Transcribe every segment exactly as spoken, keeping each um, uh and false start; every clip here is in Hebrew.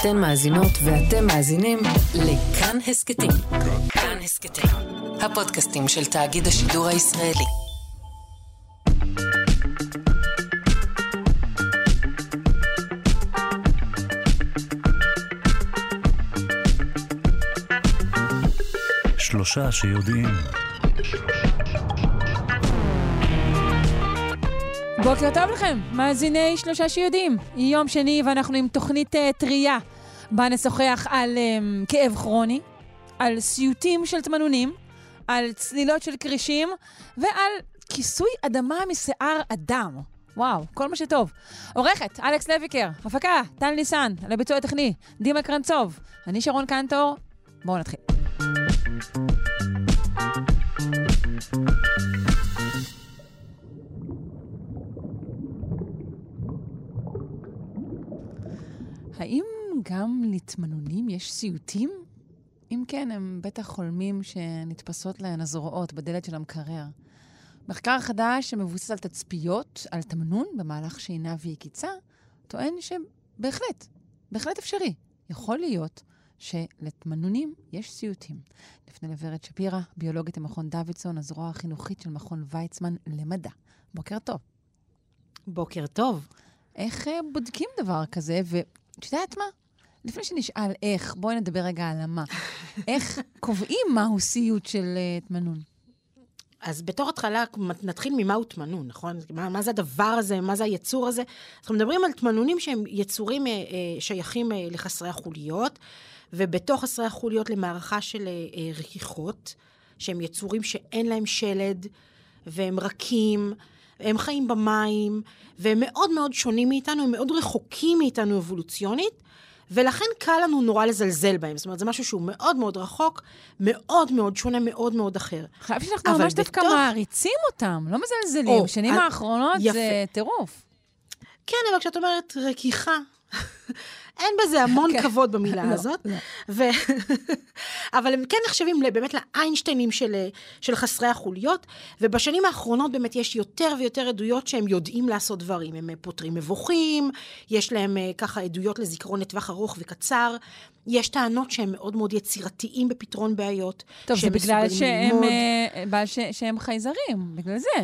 אתן מאזינות ואתם מאזינים לכאן הסקטים. כאן הסקטים, הפודקאסטים של תאגיד השידור הישראלי. שלושה שיודעים. בוקר טוב לכם, מאזיני שלושה שיודעים. יום שני ואנחנו עם תוכנית uh, טריה, בה נשוחח על um, כאב כרוני, על סיוטים של תמנונים, על צלילות של קרישים, ועל כיסוי אדמה משיער אדם. וואו, כל מה שטוב. עורכת, אלכס לויקר, הפקה, טל ניסן, על הביצוע הטכני, דימה קרנצוב. אני שרון קנטור, בואו נתחיל. האם גם לתמנונים יש סיוטים? אם כן, הם בטח חולמים שנתפסות להן הזרועות בדלת של המקרר. מחקר חדש שמבוסס על תצפיות, על תמנון במהלך שינה ויקיצה, טוען שבהחלט, בהחלט אפשרי. יכול להיות שלתמנונים יש סיוטים. לפני לברת שפירא, ביולוגית המכון דוידסון, הזרוע החינוכית של מכון ויצמן למדע. בוקר טוב. בוקר טוב. איך בודקים דבר כזה? ואת יודעת מה? לפני שנשאל איך, בואי נדבר רגע על מה. איך קובעים מהו סיוט של uh, תמנון? אז בתור התחלה נתחיל ממהו תמנון, נכון? מה, מה זה הדבר הזה? מה זה היצור הזה? אנחנו מדברים על תמנונים שהם יצורים אה, אה, שייכים אה, לחסרי החוליות, ובתוך חסרי החוליות למערכה של אה, רכיכות, שהם יצורים שאין להם שלד, והם רכים, הם חיים במים, והם מאוד מאוד שונים מאיתנו, הם מאוד רחוקים מאיתנו אבולוציונית, ולכן קל לנו נורא לזלזל בהם. זאת אומרת, זה משהו שהוא מאוד מאוד רחוק, מאוד מאוד שונה, מאוד מאוד אחר. חייב שאנחנו ממש דווקא מעריצים אותם, לא מזלזלים. שנים האחרונות זה טירוף. כן, אבל כשאת אומרת רכיכה, אין בזה המון כבוד במילה הזאת. אבל הם כן נחשבים באמת לאיינשטיינים של חסרי החוליות, ובשנים האחרונות באמת יש יותר ויותר עדויות שהם יודעים לעשות דברים. הם פותרים מבוכים, יש להם ככה עדויות לזיכרון לטווח ארוך וקצר, יש טענות שהם מאוד מאוד יצירתיים בפתרון בעיות. טוב, זה בגלל שהם חייזרים, בגלל זה.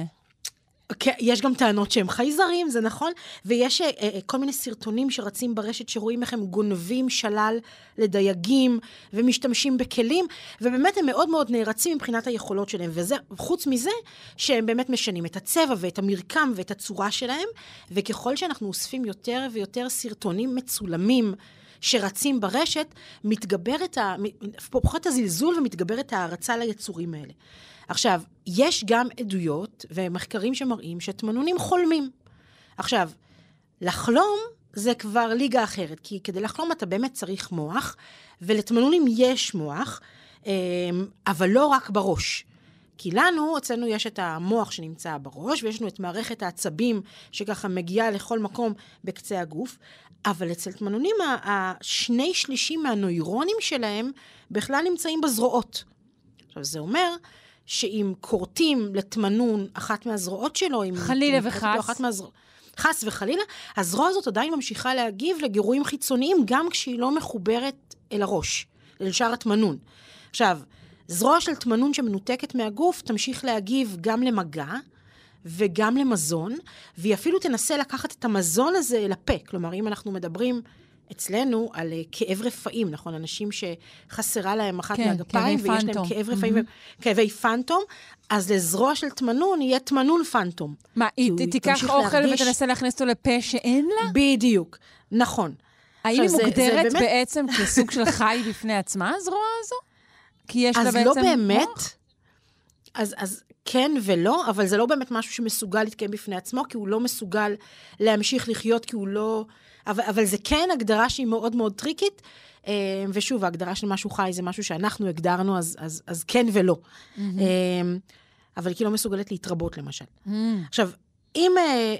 יש גם טענות שהם חייזרים, זה נכון, ויש uh, כל מיני סרטונים שרצים ברשת שרואים איך הם גונבים שלל לדייגים ומשתמשים בכלים, ובאמת הם מאוד מאוד נערצים מבחינת היכולות שלהם, וחוץ מזה שהם באמת משנים את הצבע ואת המרקם ואת הצורה שלהם, וככל שאנחנו אוספים יותר ויותר סרטונים מצולמים שרצים ברשת, מתגברת, ה... פוחת הזלזול ומתגברת ההרצה ליצורים האלה. עכשיו, יש גם עדויות ומחקרים שמראים שתמנונים חולמים. עכשיו, לחלום זה כבר ליגה אחרת, כי כדי לחלום אתה באמת צריך מוח, ולתמנונים יש מוח, אבל לא רק בראש. כי לנו, אצלנו יש את המוח שנמצא בראש, ויש לנו את מערכת העצבים שככה מגיעה לכל מקום בקצה הגוף, אבל אצל תמנונים, השני שלישים מהנוירונים שלהם בכלל נמצאים בזרועות. עכשיו, זה אומר שאם קורטים לתמנון אחת מהזרועות שלו, חלילה וחס, מהזרוע, חס וחלילה, הזרוע הזאת עדיין ממשיכה להגיב לגירויים חיצוניים, גם כשהיא לא מחוברת אל הראש, אל שאר התמנון. עכשיו, זרוע של תמנון שמנותקת מהגוף, תמשיך להגיב גם למגע, וגם למזון, והיא אפילו תנסה לקחת את המזון הזה אל הפה. כלומר, אם אנחנו מדברים אצלנו על כאב רפאים, נכון? אנשים שחסרה להם אחת כן, מהגפיים, ויש פנטום. להם כאב רפאים, mm-hmm. כאבי פנטום, אז לזרוע של תמנון יהיה תמנון פנטום. מה, היא תיקח אוכל להרגיש... ותנסה להכניס אותו לפה שאין לה? בדיוק, נכון. האם היא מוגדרת זה, זה באמת... בעצם כסוג של חי בפני עצמה, הזרוע הזו? כי יש לה בעצם... אז לא באמת, אז, אז כן ולא, אבל זה לא באמת משהו שמסוגל להתקיים בפני עצמו, כי הוא לא מסוגל להמשיך לחיות, כי הוא לא... אבל, אבל זה כן הגדרה שהיא מאוד מאוד טריקית, ושוב, ההגדרה של משהו חי זה משהו שאנחנו הגדרנו, אז, אז, אז כן ולא. Mm-hmm. אבל היא לא מסוגלת להתרבות, למשל. Mm-hmm. עכשיו, אם...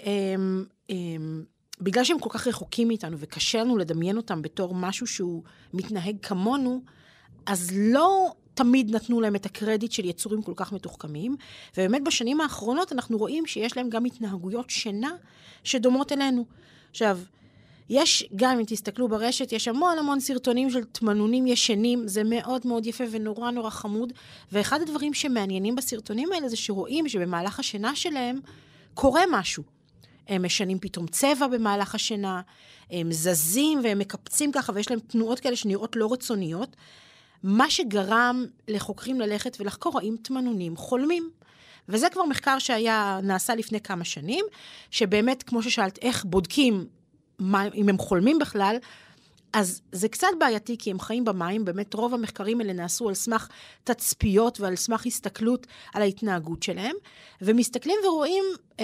בגלל שהם כל כך רחוקים מאיתנו, וקשה לנו לדמיין אותם בתור משהו שהוא מתנהג כמונו, אז לא תמיד נתנו להם את הקרדיט של יצורים כל כך מתוחכמים, ובאמת בשנים האחרונות אנחנו רואים שיש להם גם התנהגויות שינה שדומות אלינו. עכשיו, יש, גם אם תסתכלו ברשת, יש המון המון סרטונים של תמנונים ישנים, זה מאוד מאוד יפה ונורא נורא חמוד, ואחד הדברים שמעניינים בסרטונים האלה, זה שרואים שבמהלך השינה שלהם, קורה משהו. הם משנים פתאום צבע במהלך השינה, הם זזים והם מקפצים ככה, ויש להם תנועות כאלה שנראות לא רצוניות, מה שגרם לחוקרים ללכת ולחקור, האם תמנונים חולמים. וזה כבר מחקר שהיה נעשה לפני כמה שנים, שבאמת, כמו ששאלת, איך בודקים, מה, אם הם חולמים בכלל, אז זה קצת בעייתי, כי הם חיים במים, באמת רוב המחקרים האלה נעשו על סמך תצפיות, ועל סמך הסתכלות על ההתנהגות שלהם, ומסתכלים ורואים אה,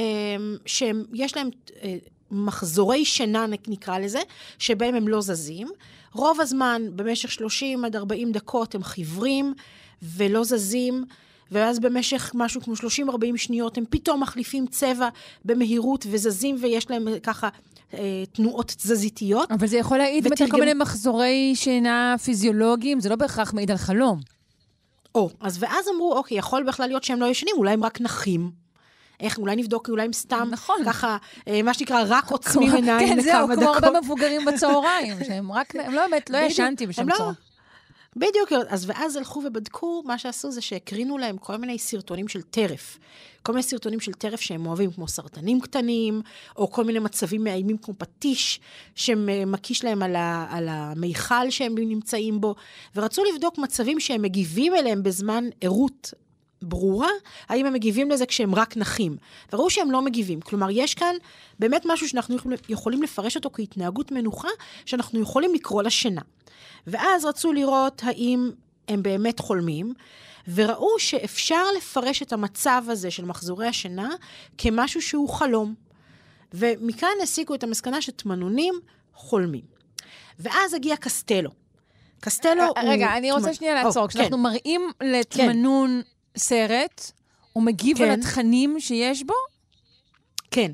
שיש להם אה, מחזורי שינה, נקרא לזה, שבהם הם לא זזים. רוב הזמן, במשך שלושים עד ארבעים דקות, הם חיוורים ולא זזים, ואז במשך משהו כמו שלושים עד ארבעים שניות, הם פתאום מחליפים צבע במהירות וזזים, ויש להם ככה אה, תנועות תזזיתיות. אבל זה יכול להעיד ותרגם... כל מיני מחזורי שינה פיזיולוגיים, זה לא בהכרח מעיד על חלום. או, אז ואז אמרו, אוקיי, יכול בכלל להיות שהם לא ישנים, אולי הם רק נחים. איך, אולי נבדוק, אולי הם סתם, נכון. ככה, אה, מה שנקרא, רק עוצמים עיניים כן, לכמה דקות. כן, זהו, כמו הרבה מבוגרים בצהריים, שהם רק, הם לא באמת, לא ישנתי בשם לא, צהריים. בדיוק, אז ואז הלכו ובדקו, מה שעשו זה שהקרינו להם כל מיני סרטונים של טרף. כל מיני סרטונים של טרף שהם אוהבים, כמו סרטנים קטנים, או כל מיני מצבים מאיימים כמו פטיש, שמקיש להם על, ה, על המיכל שהם נמצאים בו, ורצו לבדוק מצבים שהם מגיבים אליהם בזמן עירות ברורה, האם הם מגיבים לזה כשהם רק נחים. וראו שהם לא מגיבים. כלומר, יש כאן באמת משהו שאנחנו יכולים לפרש אותו כהתנהגות מנוחה, שאנחנו יכולים לקרוא לשינה. ואז רצו לראות האם הם באמת חולמים, וראו שאפשר לפרש את המצב הזה של מחזורי השינה כמשהו שהוא חלום. ומכאן הסיקו את המסקנה שתמנונים חולמים. ואז הגיע קסטלו. קסטלו הוא... רגע, אני רוצה שנייה לעצור. כשאנחנו מראים לתמנון סרט, הוא מגיב על התכנים שיש בו? כן.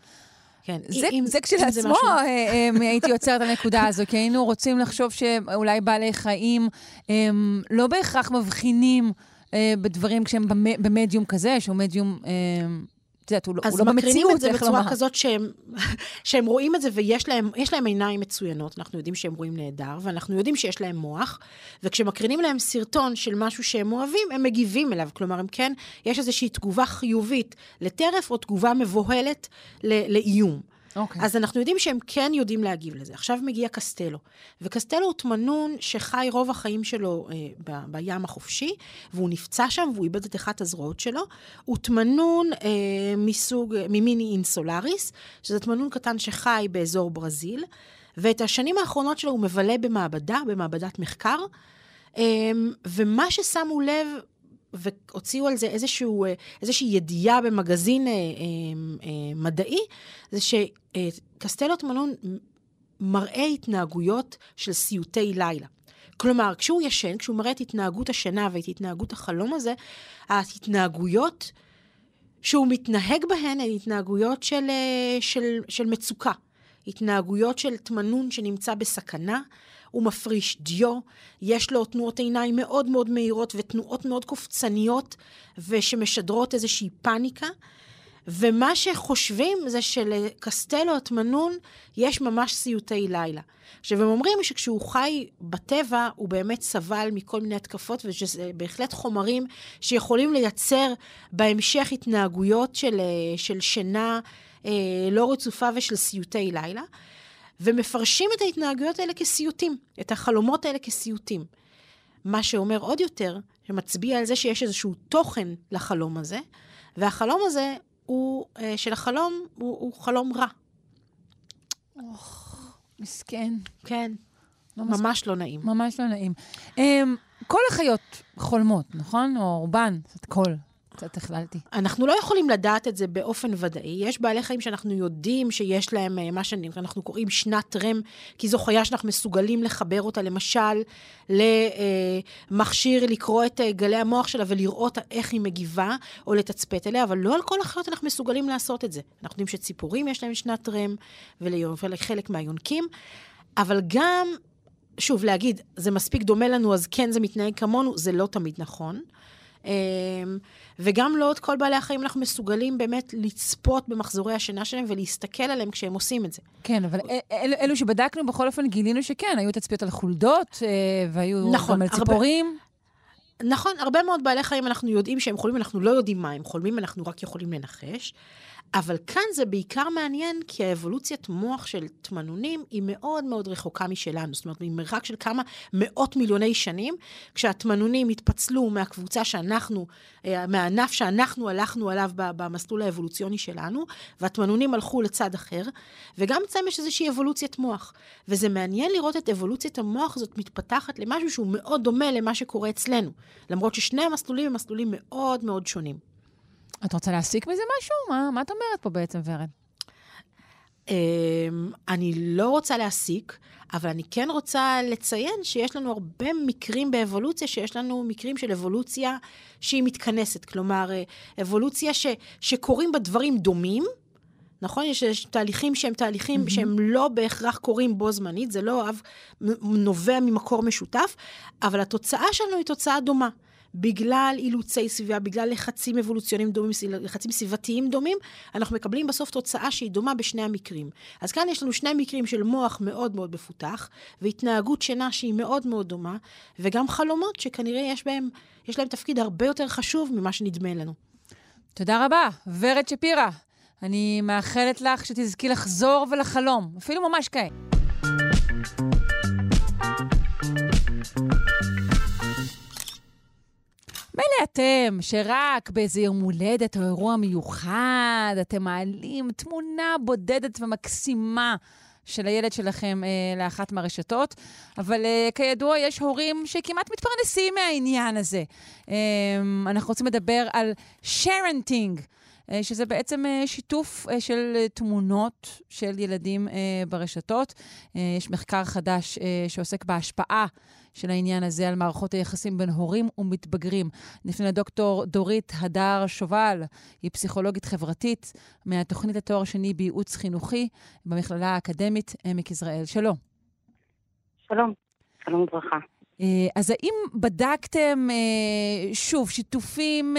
כן. זה, אם, זה כשלעצמו הייתי יוצרת הנקודה הזו, כי היינו רוצים לחשוב שאולי בעלי חיים הם לא בהכרח מבחינים בדברים כשהם במדיום כזה, שהוא מדיום... את יודעת, הוא לא במציאות. אז מקרינים את זה בצורה כזאת שהם, שהם רואים את זה, ויש להם, יש להם עיניים מצוינות, אנחנו יודעים שהם רואים נהדר, ואנחנו יודעים שיש להם מוח, וכשמקרינים להם סרטון של משהו שהם אוהבים, הם מגיבים אליו, כלומר, הם כן, יש איזושהי תגובה חיובית לטרף, או תגובה מבוהלת לאיום. Okay. אז אנחנו יודעים שהם כן יודעים להגיב לזה. עכשיו מגיע קסטלו. וקסטלו הוא תמנון שחי רוב החיים שלו אה, ב- בים החופשי, והוא נפצע שם, והוא איבד את אחת הזרועות שלו. הוא תמנון אה, מסוג, ממיני אינסולריס, שזה תמנון קטן שחי באזור ברזיל, ואת השנים האחרונות שלו הוא מבלה במעבדה, במעבדת מחקר, אה, ומה ששמו לב, והוציאו על זה איזשהו, איזושהי ידיעה במגזין אה, אה, אה, מדעי, זה שקסטלו תמנון מראה התנהגויות של סיוטי לילה. כלומר, כשהוא ישן, כשהוא מראה את התנהגות השינה ואת התנהגות החלום הזה, ההתנהגויות שהוא מתנהג בהן הן התנהגויות של, של, של מצוקה. התנהגויות של תמנון שנמצא בסכנה, הוא מפריש דיו, יש לו תנועות עיניים מאוד מאוד מהירות ותנועות מאוד קופצניות ושמשדרות איזושהי פאניקה, ומה שחושבים זה שלקסטלו התמנון יש ממש סיוטי לילה. עכשיו הם אומרים שכשהוא חי בטבע הוא באמת סבל מכל מיני התקפות, וזה בהחלט חומרים שיכולים לייצר בהמשך התנהגויות של, של שינה אה, לא רצופה ושל סיוטי לילה. ומפרשים את ההתנהגויות האלה כסיוטים, את החלומות האלה כסיוטים. מה שאומר עוד יותר, שמצביע על זה שיש איזשהו תוכן לחלום הזה, והחלום הזה הוא, של החלום, הוא, הוא חלום רע. אוח, מסכן. כן, לא ממש מס... לא נעים. ממש לא נעים. Um, כל החיות חולמות, נכון? או רובן, זאת כל. קצת הכללתי. אנחנו לא יכולים לדעת את זה באופן ודאי. יש בעלי חיים שאנחנו יודעים שיש להם מה שאנחנו קוראים שנת רם, כי זו חיה שאנחנו מסוגלים לחבר אותה, למשל, למכשיר לקרוא את גלי המוח שלה ולראות איך היא מגיבה, או לתצפת אליה, אבל לא על כל החיות אנחנו מסוגלים לעשות את זה. אנחנו יודעים שציפורים יש להם שנת רם, ולחלק מהיונקים, אבל גם, שוב, להגיד, זה מספיק דומה לנו, אז כן זה מתנהג כמונו, זה לא תמיד נכון. וגם לא את כל בעלי החיים אנחנו מסוגלים באמת לצפות במחזורי השינה שלהם ולהסתכל עליהם כשהם עושים את זה. כן, אבל אל, אלו שבדקנו בכל אופן גילינו שכן, היו תצפיות על חולדות, והיו נכון, גם על ציפורים. הרבה, נכון, הרבה מאוד בעלי חיים אנחנו יודעים שהם חולמים, אנחנו לא יודעים מה הם חולמים, אנחנו רק יכולים לנחש. אבל כאן זה בעיקר מעניין, כי האבולוציית מוח של תמנונים היא מאוד מאוד רחוקה משלנו. זאת אומרת, ממרחק של כמה מאות מיליוני שנים, כשהתמנונים התפצלו מהקבוצה שאנחנו, מהענף שאנחנו הלכנו עליו במסלול האבולוציוני שלנו, והתמנונים הלכו לצד אחר, וגם אצלם יש איזושהי אבולוציית מוח. וזה מעניין לראות את אבולוציית המוח הזאת מתפתחת למשהו שהוא מאוד דומה למה שקורה אצלנו. למרות ששני המסלולים הם מסלולים מאוד מאוד שונים. את רוצה להסיק מזה משהו? מה, מה את אומרת פה בעצם, ורד? אני לא רוצה להסיק, אבל אני כן רוצה לציין שיש לנו הרבה מקרים באבולוציה, שיש לנו מקרים של אבולוציה שהיא מתכנסת. כלומר, אבולוציה ש, שקורים בה דברים דומים, נכון? יש, יש תהליכים שהם תהליכים mm-hmm. שהם לא בהכרח קורים בו זמנית, זה לא נובע ממקור משותף, אבל התוצאה שלנו היא תוצאה דומה. בגלל אילוצי סביבה, בגלל לחצים אבולוציוניים דומים, לחצים סביבתיים דומים, אנחנו מקבלים בסוף תוצאה שהיא דומה בשני המקרים. אז כאן יש לנו שני מקרים של מוח מאוד מאוד מפותח, והתנהגות שינה שהיא מאוד מאוד דומה, וגם חלומות שכנראה יש בהם, יש להם תפקיד הרבה יותר חשוב ממה שנדמה לנו. תודה רבה, ורד שפירא. אני מאחלת לך שתזכי לחזור ולחלום, אפילו ממש כעת. מילא אתם, שרק באיזה יום הולדת או אירוע מיוחד, אתם מעלים תמונה בודדת ומקסימה של הילד שלכם אה, לאחת מהרשתות, אבל אה, כידוע יש הורים שכמעט מתפרנסים מהעניין הזה. אה, אנחנו רוצים לדבר על sharenting, אה, שזה בעצם אה, שיתוף אה, של אה, תמונות של ילדים אה, ברשתות. אה, יש מחקר חדש אה, שעוסק בהשפעה של העניין הזה על מערכות היחסים בין הורים ומתבגרים. נפנה לדוקטור דורית הדר שובל, היא פסיכולוגית חברתית מהתוכנית לתואר שני בייעוץ חינוכי במכללה האקדמית עמק יזרעאל. שלום. שלום, שלום וברכה. אז האם בדקתם, שוב, שיתופים,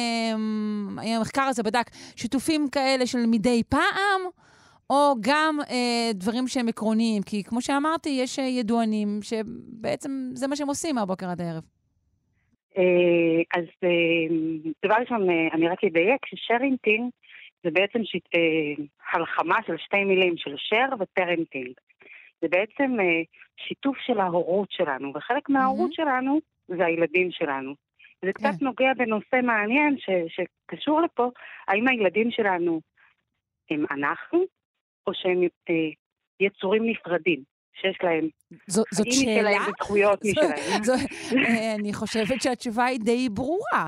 המחקר הזה בדק שיתופים כאלה של מדי פעם, או גם אה, דברים שהם עקרוניים, כי כמו שאמרתי, יש ידוענים שבעצם זה מה שהם עושים מהבוקר עד הערב. אה, אז אה, דבר ראשון, אה, אני רק אדייק ששרינטינג זה בעצם שיט, אה, הלחמה של שתי מילים, של שר ופרנטינג. זה בעצם אה, שיתוף של ההורות שלנו, וחלק מההורות mm-hmm. שלנו זה הילדים שלנו. זה קצת yeah. נוגע בנושא מעניין ש, שקשור לפה, האם הילדים שלנו הם אנחנו, או שהם אה, יצורים נפרדים, שיש להם זו, זאת שאלה? שלהם וזכויות משלהם. זו, אה, אני חושבת שהתשובה היא די ברורה.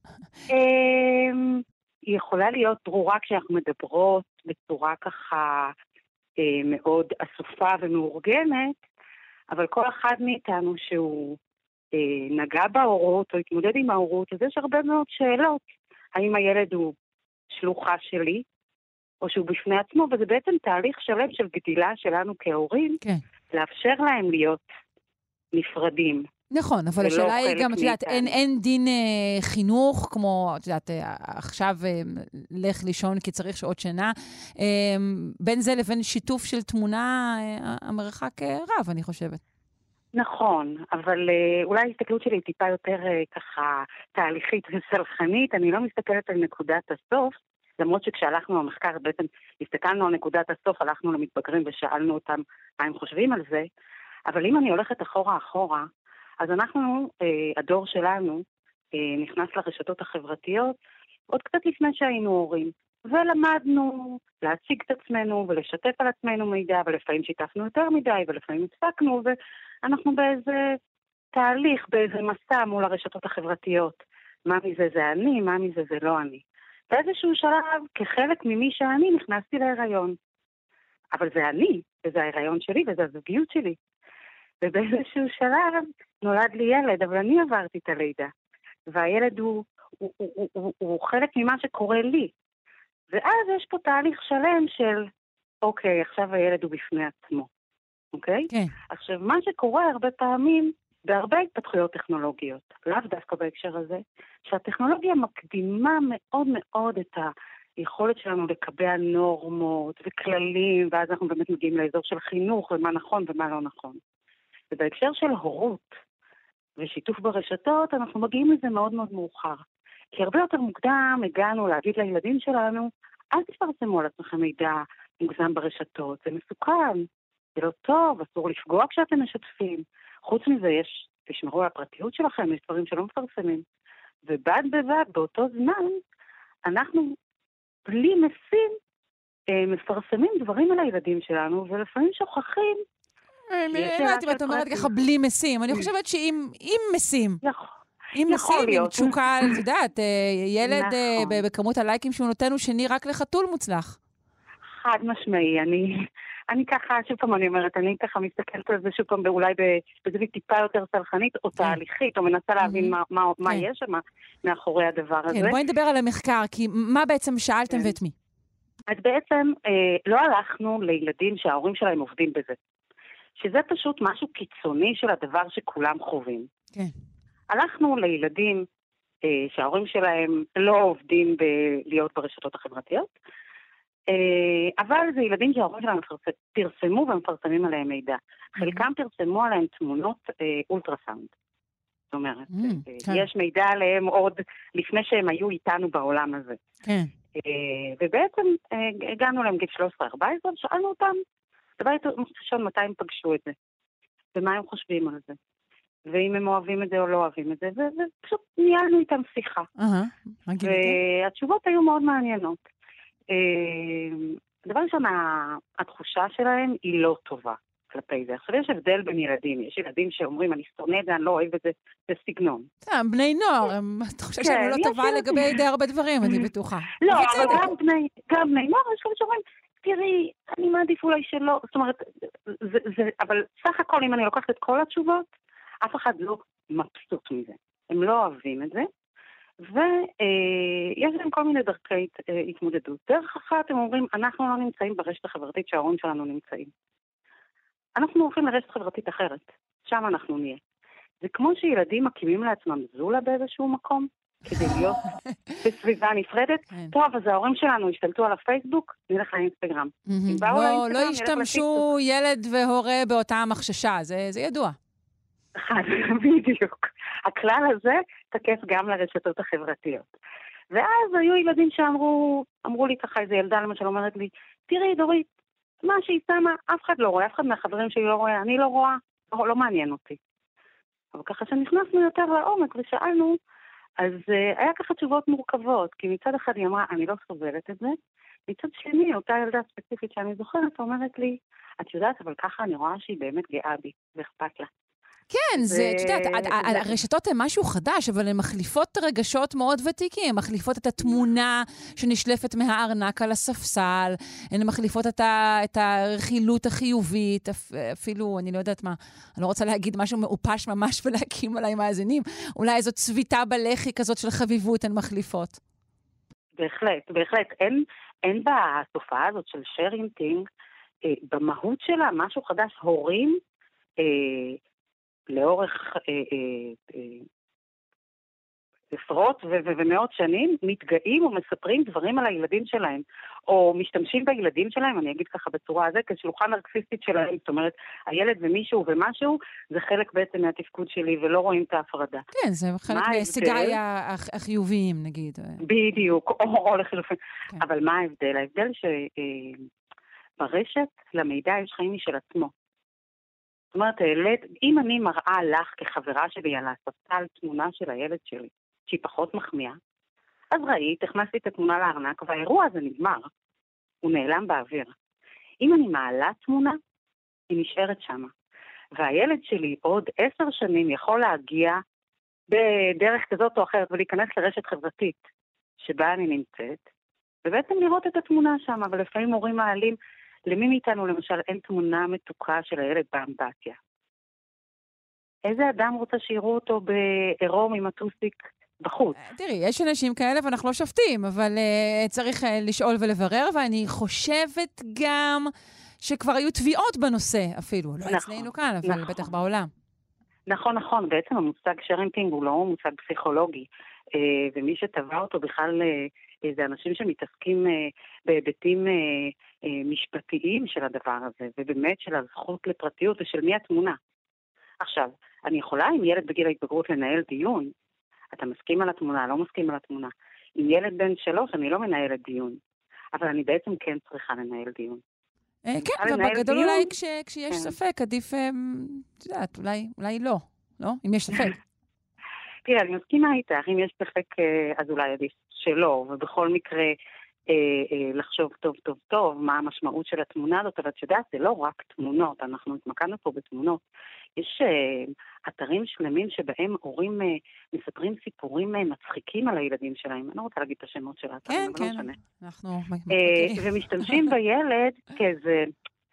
אה, היא יכולה להיות ברורה כשאנחנו מדברות בצורה ככה אה, מאוד אסופה ומאורגנת, אבל כל אחד מאיתנו שהוא אה, נגע בהורות או התמודד עם ההורות, אז יש הרבה מאוד שאלות. האם הילד הוא שלוחה שלי, או שהוא בפני עצמו, וזה בעצם תהליך שלם של גדילה שלנו כהורים, כן. לאפשר להם להיות נפרדים. נכון, אבל השאלה היא גם, את יודעת, אין, אין דין אה, חינוך, כמו, את יודעת, אה, עכשיו אה, לך לישון כי צריך שעות שינה, אה, בין זה לבין שיתוף של תמונה, אה, המרחק אה, רב, אני חושבת. נכון, אבל אה, אולי ההסתכלות שלי היא טיפה יותר אה, ככה תהליכית וסלחנית, אני לא מסתכלת על נקודת הסוף, למרות שכשהלכנו למחקר, בעצם הסתכלנו על נקודת הסוף, הלכנו למתבגרים ושאלנו אותם מה הם חושבים על זה, אבל אם אני הולכת אחורה אחורה, אז אנחנו, אה, הדור שלנו, אה, נכנס לרשתות החברתיות, עוד קצת לפני שהיינו הורים, ולמדנו להציג את עצמנו ולשתף על עצמנו מידע, ולפעמים שיתפנו יותר מדי, ולפעמים הפסקנו, ואנחנו באיזה תהליך, באיזה מסע מול הרשתות החברתיות. מה מזה זה אני, מה מזה זה לא אני. באיזשהו שלב, כחלק ממי שאני, נכנסתי להיריון. אבל זה אני, וזה ההיריון שלי, וזה הזוגיות שלי. ובאיזשהו שלב נולד לי ילד, אבל אני עברתי את הלידה. והילד הוא, הוא, הוא, הוא, הוא, הוא חלק ממה שקורה לי. ואז יש פה תהליך שלם של, אוקיי, עכשיו הילד הוא בפני עצמו. אוקיי? כן. עכשיו, מה שקורה הרבה פעמים, בהרבה התפתחויות טכנולוגיות, לאו דווקא בהקשר הזה, שהטכנולוגיה מקדימה מאוד מאוד את היכולת שלנו לקבע נורמות וכללים, ואז אנחנו באמת מגיעים לאזור של חינוך, ומה נכון ומה לא נכון. ובהקשר של הורות ושיתוף ברשתות, אנחנו מגיעים לזה מאוד מאוד מאוחר. כי הרבה יותר מוקדם הגענו להגיד לילדים שלנו, אל תפרסמו על עצמכם מידע מוגזם ברשתות, זה מסוכן, זה לא טוב, אסור לפגוע כשאתם משתפים. חוץ מזה יש, תשמרו על הפרטיות שלכם, יש דברים שלא מפרסמים. ובד בבד, באותו זמן, אנחנו בלי משים, מפרסמים דברים על הילדים שלנו, ולפעמים שוכחים. הבנתי, ואת אומרת ככה בלי משים. אני חושבת שאם משים, אם משים, עם תשוקה, את יודעת, ילד בכמות הלייקים שהוא נותן הוא שני רק לחתול מוצלח. חד משמעי, אני... אני ככה, שוב פעם אני אומרת, אני ככה מסתכלת על זה שוב פעם אולי בזווית טיפה יותר סלחנית או תהליכית, או מנסה להבין מה יש שם מאחורי הדבר הזה. כן, בואי נדבר על המחקר, כי מה בעצם שאלתם ואת מי? אז בעצם לא הלכנו לילדים שההורים שלהם עובדים בזה, שזה פשוט משהו קיצוני של הדבר שכולם חווים. כן. הלכנו לילדים שההורים שלהם לא עובדים בלהיות ברשתות החברתיות, אבל זה ילדים שההורים שלהם פרסמו ומפרסמים עליהם מידע. חלקם פרסמו עליהם תמונות אולטרסאונד. זאת אומרת, יש מידע עליהם עוד לפני שהם היו איתנו בעולם הזה. ובעצם הגענו להם גיל שלוש עשרה ארבע עשרה, שאלנו אותם, דבר ראשון מתי הם פגשו את זה, ומה הם חושבים על זה, ואם הם אוהבים את זה או לא אוהבים את זה, ופשוט ניהלנו איתם שיחה. והתשובות היו מאוד מעניינות. דבר ראשון, התחושה שלהם היא לא טובה כלפי זה. עכשיו יש הבדל בין ילדים, יש ילדים שאומרים, אני שונא את זה, אני לא אוהב את זה, זה סגנון. בני נוער, התחושה שלנו לא טובה לגבי די הרבה דברים, אני בטוחה. לא, אבל גם בני נוער, יש כאלה שאומרים, תראי, אני מעדיף אולי שלא, זאת אומרת, אבל סך הכל אם אני לוקחת את כל התשובות, אף אחד לא מבסוט מזה. הם לא אוהבים את זה. ויש להם כל מיני דרכי התמודדות. דרך אחת הם אומרים, אנחנו לא נמצאים ברשת החברתית שההורים שלנו נמצאים. אנחנו הולכים לרשת חברתית אחרת, שם אנחנו נהיה. זה כמו שילדים מקימים לעצמם זולה באיזשהו מקום, כדי להיות בסביבה נפרדת. טוב, אז ההורים שלנו השתלטו על הפייסבוק, נלך לאינסטגרם. לא השתמשו ילד והורה באותה מחששה, זה ידוע. בדיוק. הכלל הזה תקף גם לרשתות החברתיות. ואז היו ילדים שאמרו, אמרו לי ככה, איזו ילדה למשל אומרת לי, תראי דורית, מה שהיא שמה, אף אחד לא רואה, אף אחד מהחברים שלי לא רואה, אני לא רואה, לא, לא מעניין אותי. אבל ככה שנכנסנו יותר לעומק ושאלנו, אז uh, היה ככה תשובות מורכבות, כי מצד אחד היא אמרה, אני לא סובלת את זה, מצד שני, אותה ילדה ספציפית שאני זוכרת, אומרת לי, את יודעת, אבל ככה אני רואה שהיא באמת גאה בי, ואכפת לה. כן, זה, את יודעת, הרשתות הן משהו חדש, אבל הן מחליפות רגשות מאוד ותיקים. הן מחליפות את התמונה שנשלפת מהארנק על הספסל, הן מחליפות את הרכילות החיובית, אפילו, אני לא יודעת מה, אני לא רוצה להגיד משהו מעופש ממש ולהקים עליי מאזינים, אולי איזו צביטה בלחי כזאת של חביבות הן מחליפות. בהחלט, בהחלט. אין, אין בתופעה הזאת של שרינטינג, אה, במהות שלה משהו חדש, הורים, אה, לאורך עשרות ומאות שנים מתגאים ומספרים דברים על הילדים שלהם, או משתמשים בילדים שלהם, אני אגיד ככה בצורה הזה, כשלוחה נרקסיסטית שלהם, זאת אומרת, הילד ומישהו ומשהו, זה חלק בעצם מהתפקוד שלי, ולא רואים את ההפרדה. כן, זה חלק מהסיגאי החיוביים, נגיד. בדיוק, או לחילופין. אבל מה ההבדל? ההבדל שברשת למידע יש חיים משל עצמו. זאת אומרת, אם אני מראה לך כחברה שלי על הספסל תמונה של הילד שלי, שהיא פחות מחמיאה, אז ראית, הכנסתי את התמונה לארנק, והאירוע הזה נגמר. הוא נעלם באוויר. אם אני מעלה תמונה, היא נשארת שמה. והילד שלי עוד עשר שנים יכול להגיע בדרך כזאת או אחרת, ולהיכנס לרשת חברתית שבה אני נמצאת, ובעצם לראות את התמונה שמה, ולפעמים הורים מעלים, למי מאיתנו, למשל, אין תמונה מתוקה של הילד באמבטיה? איזה אדם רוצה שיראו אותו בעירום עם הטוסיק בחוץ? תראי, יש אנשים כאלה ואנחנו לא שופטים, אבל uh, צריך uh, לשאול ולברר, ואני חושבת גם שכבר היו תביעות בנושא אפילו. לא אצלנו כאן, אבל בטח בעולם. נכון, נכון. בעצם המושג שרנטינג הוא לא מושג פסיכולוגי, ומי שטבע אותו בכלל זה אנשים שמתעסקים בהיבטים משפטיים של הדבר הזה, ובאמת של הזכות לפרטיות ושל מי התמונה. עכשיו, אני יכולה עם ילד בגיל ההתבגרות לנהל דיון, אתה מסכים על התמונה, לא מסכים על התמונה. עם ילד בן שלוש אני לא מנהלת דיון, אבל אני בעצם כן צריכה לנהל דיון. כן, ובגדול אולי כשיש ספק, עדיף, את יודעת, אולי לא, לא? אם יש ספק. תראה, אני מסכימה איתך, אם יש ספק, אז אולי עדיף שלא, ובכל מקרה לחשוב טוב טוב טוב מה המשמעות של התמונה הזאת, אבל את יודעת, זה לא רק תמונות, אנחנו התמקדנו פה בתמונות. יש אתרים שלמים שבהם הורים מספרים סיפורים מצחיקים על הילדים שלהם, אני לא רוצה להגיד את השמות של האתרים, אבל לא משנה. אנחנו... ומשתמשים בילד כאיזה...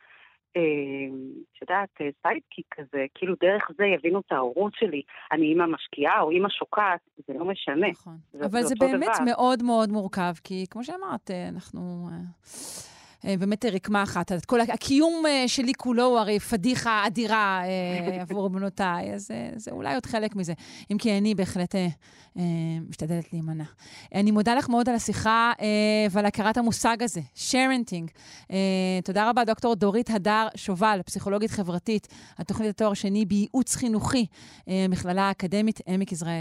שדעת, סיידקיק כזה, כאילו דרך זה יבינו את ההורות שלי, אני אימא משקיעה או אימא שוקעת, זה לא משנה. נכון. אבל זה באמת מאוד מאוד מורכב, כי כמו שאמרת, אנחנו באמת רקמה אחת. כל הקיום שלי כולו הוא הרי פדיחה אדירה עבור בנותיי, אז זה אולי עוד חלק מזה. אם כי אני בהחלט משתדלת להימנע. אני מודה לך מאוד על השיחה ועל הכרת המושג הזה, שרנטינג. תודה רבה, דוקטור דורית הדר שובל, פסיכולוגית חברתית, התוכנית התואר שני בייעוץ חינוכי, מכללה האקדמית עמק יזרעאל.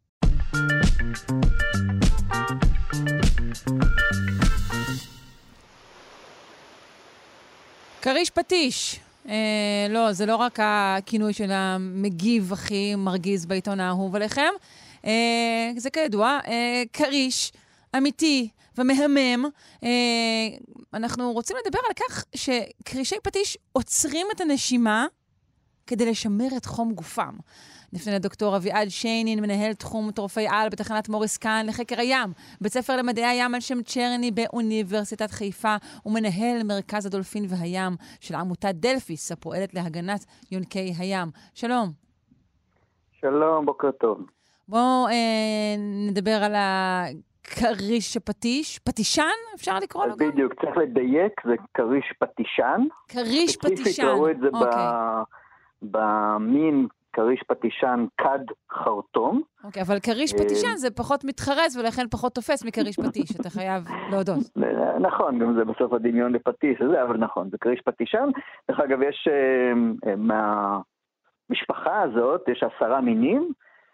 כריש פטיש. אה, לא, זה לא רק הכינוי של המגיב הכי מרגיז בעיתון האהוב עליכם. אה, זה כידוע, אה, כריש אמיתי ומהמם. אה, אנחנו רוצים לדבר על כך שכרישי פטיש עוצרים את הנשימה כדי לשמר את חום גופם. נפנה לדוקטור אביעד שיינין, מנהל תחום טרופי על בתחנת מוריס קאהן לחקר הים, בית ספר למדעי הים על שם צ'רני באוניברסיטת חיפה, ומנהל מרכז הדולפין והים של עמותת דלפיס, הפועלת להגנת יונקי הים. שלום. שלום, בוקר טוב. בואו אה, נדבר על הכריש פטיש. פטישן, אפשר לקרוא לו גם? בדיוק, צריך לדייק, זה כריש פטישן. כריש פטישן. ספציפית ראו את זה אוקיי. במין כריש פטישן כד חרטום. אוקיי, אבל כריש פטישן זה פחות מתחרז ולכן פחות תופס מכריש פטיש, אתה חייב להודות. נכון, גם זה בסוף הדמיון לפטיש, אבל נכון, זה כריש פטישן. דרך אגב, יש מהמשפחה הזאת, יש עשרה מינים,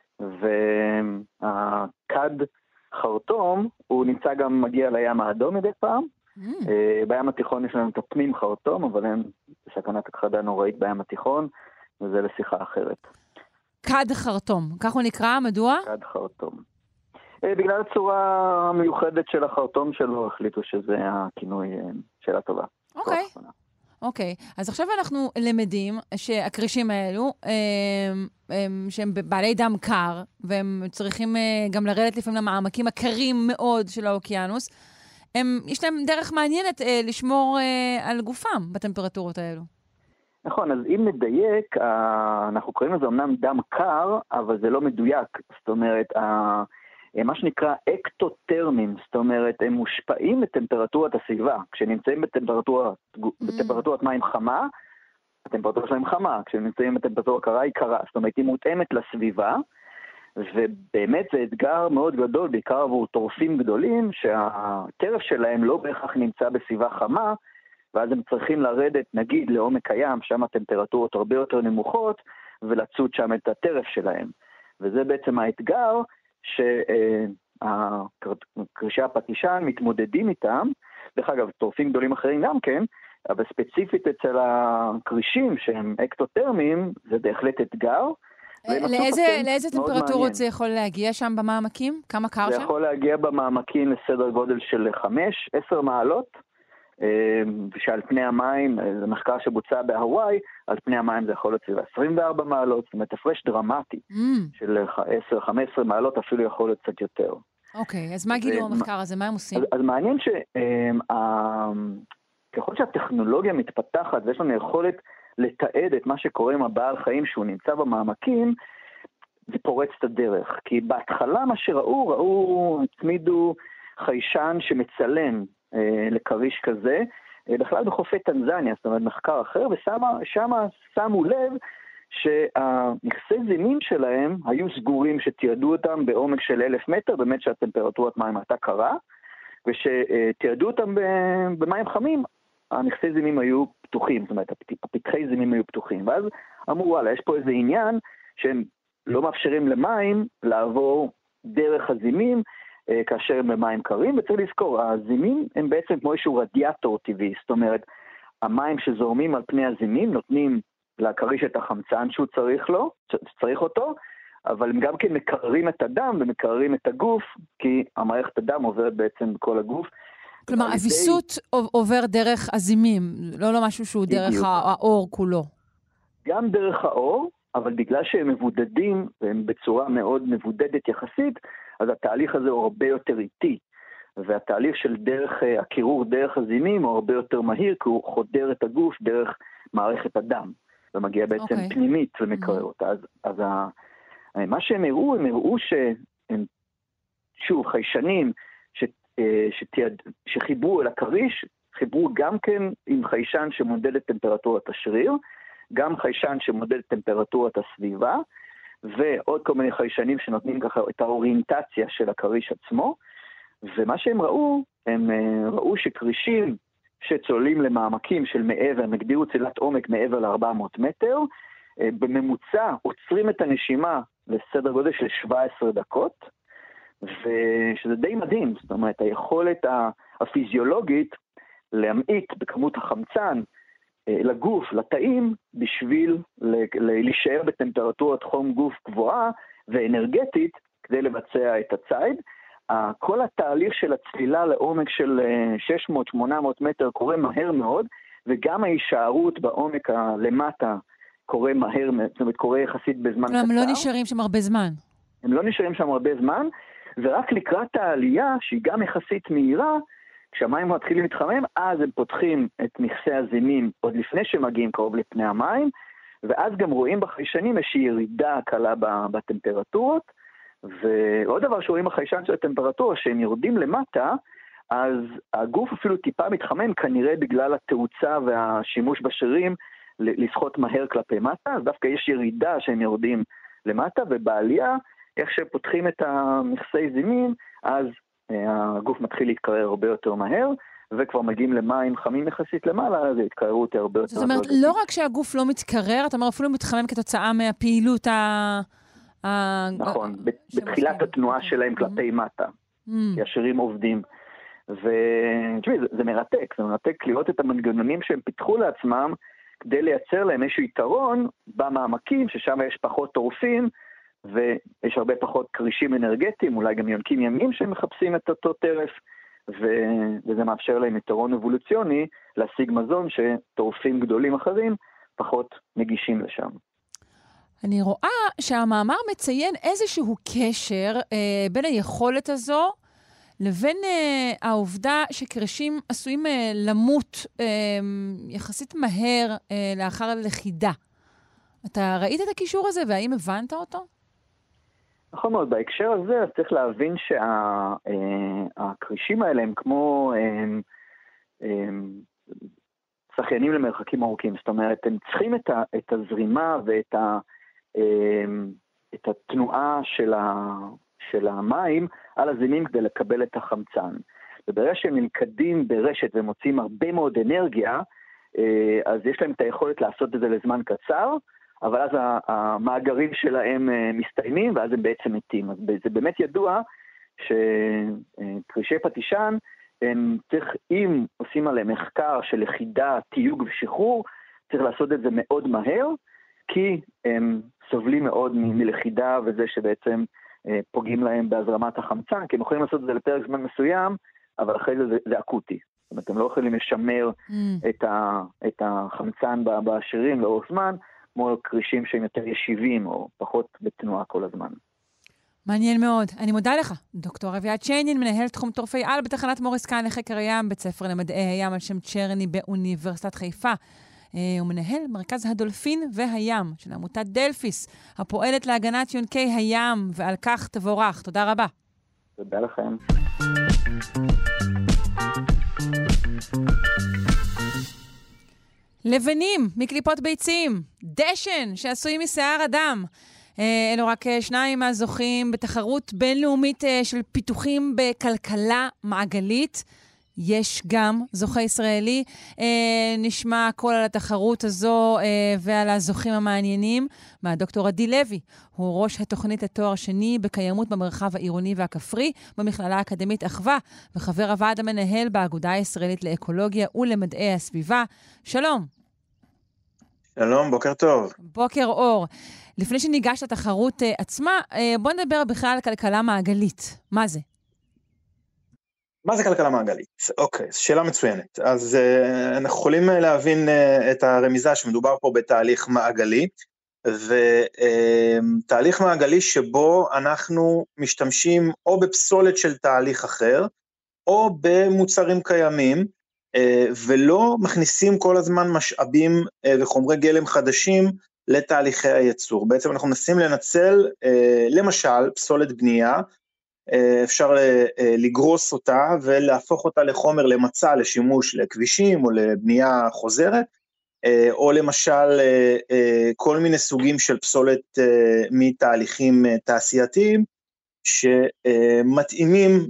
והכד חרטום, הוא נמצא גם מגיע לים האדום מדי פעם. בים התיכון יש לנו את הפנים חרטום, אבל אין סכנת הכחדה נוראית בים התיכון, וזה לשיחה אחרת. כד חרטום, כך הוא נקרא, מדוע? כד חרטום. בגלל הצורה המיוחדת של החרטום שלו, החליטו שזה הכינוי של הטובה. אוקיי. אוקיי, אז עכשיו אנחנו למדים שהקרישים האלו, שהם בעלי דם קר, והם צריכים גם לרדת לפעמים למעמקים הקרים מאוד של האוקיינוס, יש להם דרך מעניינת לשמור על גופם בטמפרטורות האלו. נכון, אז אם נדייק, אנחנו קוראים לזה אמנם דם קר, אבל זה לא מדויק. זאת אומרת, מה שנקרא אקטוטרמים, זאת אומרת, הם מושפעים מטמפרטורת הסביבה. כשנמצאים בטמפרטורת, בטמפרטורת מים חמה, הטמפרטורה שלהם חמה. כשנמצאים בטמפרטורה קרה, היא קרה. זאת אומרת, היא מותאמת לסביבה, ובאמת זה אתגר מאוד גדול, בעיקר עבור טורפים גדולים, שהטרף שלהם לא בהכרח נמצא בסביבה חמה, ואז הם צריכים לרדת, נגיד, לעומק הים, שם הטמפרטורות הרבה יותר נמוכות, ולצוד שם את הטרף שלהם. וזה בעצם האתגר שהקרישי הפטישן מתמודדים איתם. דרך אגב, טורפים גדולים אחרים גם כן, אבל ספציפית אצל הקרישים שהם אקטוטרמים, זה בהחלט אתגר. לאיזה, לאיזה טמפרטורות זה יכול להגיע שם במעמקים? כמה קר שם? זה יכול להגיע במעמקים לסדר גודל של חמש, עשר מעלות. ושעל פני המים, זה מחקר שבוצע בהוואי, על פני המים זה יכול להיות סביב עשרים וארבע מעלות, זאת אומרת, הפרש דרמטי mm. של עשר חמש עשרה מעלות, אפילו יכול להיות קצת יותר. אוקיי, okay, אז מה גילו המחקר הזה? מה הם עושים? אז, אז מעניין שככל שהטכנולוגיה מתפתחת, ויש לנו יכולת לתעד את מה שקורה עם הבעל חיים שהוא נמצא במעמקים, זה פורץ את הדרך. כי בהתחלה מה שראו, ראו, הצמידו חיישן שמצלם לקריש כזה, בכלל בחופי טנזניה, זאת אומרת מחקר אחר, ושם שמו לב שהמכסי זימים שלהם היו סגורים, שתיעדו אותם בעומק של אלף מטר, באמת שהטמפרטורת מים הייתה קרה, ושתיעדו אותם במים חמים, המכסי זימים היו פתוחים, זאת אומרת, הפתחי זימים היו פתוחים, ואז אמרו, וואלה, יש פה איזה עניין שהם לא מאפשרים למים לעבור דרך הזימים, כאשר הם במים קרים, וצריך לזכור, הזימים הם בעצם כמו איזשהו רדיאטור טבעי, זאת אומרת, המים שזורמים על פני הזימים נותנים לקריש את החמצן שהוא צריך לו, שצריך אותו, אבל הם גם כן מקררים את הדם ומקררים את הגוף, כי המערכת הדם עוברת בעצם בכל הגוף. כלומר, הוויסות די... עובר דרך הזימים, לא, לא משהו שהוא דרך בדיוק. האור כולו. גם דרך האור, אבל בגלל שהם מבודדים, והם בצורה מאוד מבודדת יחסית, אז התהליך הזה הוא הרבה יותר איטי. והתהליך של דרך הקירור דרך הזימים הוא הרבה יותר מהיר, כי הוא חודר את הגוף דרך מערכת הדם, ומגיע בעצם okay. פנימית ומקרר אותה. אז, אז ה... מה שהם הראו, הם הראו שהם, שוב, חיישנים ש, שתיעד, שחיברו אל הקריש, חיברו גם כן עם חיישן שמודד את טמפרטורת השריר, גם חיישן שמודד את טמפרטורת הסביבה, ועוד כל מיני חיישנים שנותנים ככה את האוריינטציה של הקריש עצמו, ומה שהם ראו, הם ראו שקרישים שצוללים למעמקים של מעבר, הם הגדירו צלילת עומק מעבר ל-ארבע מאות מטר, בממוצע עוצרים את הנשימה לסדר גודל של שבע עשרה דקות, ושזה די מדהים, זאת אומרת, היכולת הפיזיולוגית להמעיט בכמות החמצן לגוף, לתאים, בשביל להישאר בטמפרטורת חום גוף גבוהה ואנרגטית, כדי לבצע את הציד. כל התהליך של הצלילה לעומק של שש מאות שמונה מאות מטר קורה מהר מאוד, וגם ההישארות בעומק הלמטה קורה מהר, זאת אומרת, קורה יחסית בזמן קצר. הם לא נשארים שם הרבה זמן. הם לא נשארים שם הרבה זמן, ורק לקראת העלייה, שהיא גם יחסית מהירה, כשהמים מתחילים להתחמם, אז הם פותחים את מכסי הזימים עוד לפני שמגיעים קרוב לפני המים, ואז גם רואים בחיישנים איזושהי ירידה קלה בטמפרטורות, ועוד דבר שרואים בחיישן של הטמפרטורה, שהם יורדים למטה, אז הגוף אפילו טיפה מתחמם, כנראה בגלל התאוצה והשימוש בשרירים, לשחות מהר כלפי מטה, אז דווקא יש ירידה שהם יורדים למטה, ובעלייה, איך שפותחים את המכסי זימים, אז הגוף מתחיל להתקרר הרבה יותר מהר, וכבר מגיעים למים חמים יחסית למעלה, אז התקררו יותר הרבה יותר. זאת אומרת, לא רק שהגוף לא מתקרר, אתה אומר, אפילו מתחמם כתוצאה מהפעילות ה... נכון, בתחילת התנועה שלהם כלפי מטה, כי השרירים עובדים. ותשמעי, זה מרתק, זה מרתק לראות את המנגנונים שהם פיתחו לעצמם, כדי לייצר להם איזשהו יתרון במעמקים, ששם יש פחות טורפים, ויש הרבה פחות קרישים אנרגטיים, אולי גם יונקים ימיים שמחפשים את אותו טרף, ו- וזה מאפשר להם יתרון אבולוציוני להשיג מזון שטורפים גדולים אחרים פחות מגישים לשם. אני רואה שהמאמר מציין איזשהו קשר אה, בין היכולת הזו לבין אה, העובדה שקרישים עשויים אה, למות אה, יחסית מהר אה, לאחר הלכידה. אתה ראית את הקישור הזה והאם הבנת אותו? נכון מאוד, בהקשר הזה אז צריך להבין שהקרישים האלה הם כמו הם, הם, שחיינים למרחקים ארוכים, זאת אומרת הם צריכים את, ה, את הזרימה ואת ה, את התנועה של, ה, של המים על הזימים כדי לקבל את החמצן. וברגע שהם נלכדים ברשת ומוצאים הרבה מאוד אנרגיה, אז יש להם את היכולת לעשות את זה לזמן קצר, אבל אז המאגרים שלהם מסתיימים, ואז הם בעצם מתים. אז זה באמת ידוע שקרישי פטישן, הם צריך, אם עושים עליהם מחקר של לכידה, תיוג ושחרור, צריך לעשות את זה מאוד מהר, כי הם סובלים מאוד מלכידה, וזה שבעצם פוגעים להם בהזרמת החמצן, כי הם יכולים לעשות את זה לפרק זמן מסוים, אבל אחרי זה זה, זה אקוטי. זאת אומרת, הם לא יכולים לשמר mm. את, ה, את החמצן בשרירים לאורך זמן, כמו קרישים שהם יותר ישיבים או פחות בתנועה כל הזמן. מעניין מאוד. אני מודה לך, דוקטור אביעד שיינין, מנהל תחום טורפי על בתחנת מוריס קאהן לחקר הים, בית ספר למדעי הים על שם צ'רני באוניברסיטת חיפה. הוא מנהל מרכז הדולפין והים של עמותת דלפיס, הפועלת להגנת יונקי הים, ועל כך תבורך. תודה רבה. תודה לכם. לבנים מקליפות ביצים, דשן שעשויים משיער אדם. אלו רק שניים מהזוכים בתחרות בינלאומית של פיתוחים בכלכלה מעגלית. יש גם זוכה ישראלי. נשמע הכל על התחרות הזו ועל הזוכים המעניינים מהדוקטור עדי לוי. הוא ראש התוכנית לתואר שני בקיימות במרחב העירוני והכפרי במכללה האקדמית אחווה, וחבר הוועד המנהל באגודה הישראלית לאקולוגיה ולמדעי הסביבה. שלום. שלום, בוקר טוב. בוקר אור. לפני שניגש לתחרות עצמה, בוא נדבר בכלל על כלכלה מעגלית. מה זה? מה זה כלכלה מעגלית? אוקיי, שאלה מצוינת. אז uh, אנחנו יכולים להבין uh, את הרמיזה שמדובר פה בתהליך מעגלי, ותהליך uh, מעגלי שבו אנחנו משתמשים או בפסולת של תהליך אחר, או במוצרים קיימים, uh, ולא מכניסים כל הזמן משאבים uh, וחומרי גלם חדשים לתהליכי הייצור. בעצם אנחנו מנסים לנצל, uh, למשל, פסולת בנייה, אפשר לגרוס אותה ולהפוך אותה לחומר למצע לשימוש לכבישים או לבנייה חוזרת, או למשל כל מיני סוגים של פסולת מתהליכים תעשייתיים שמתאימים,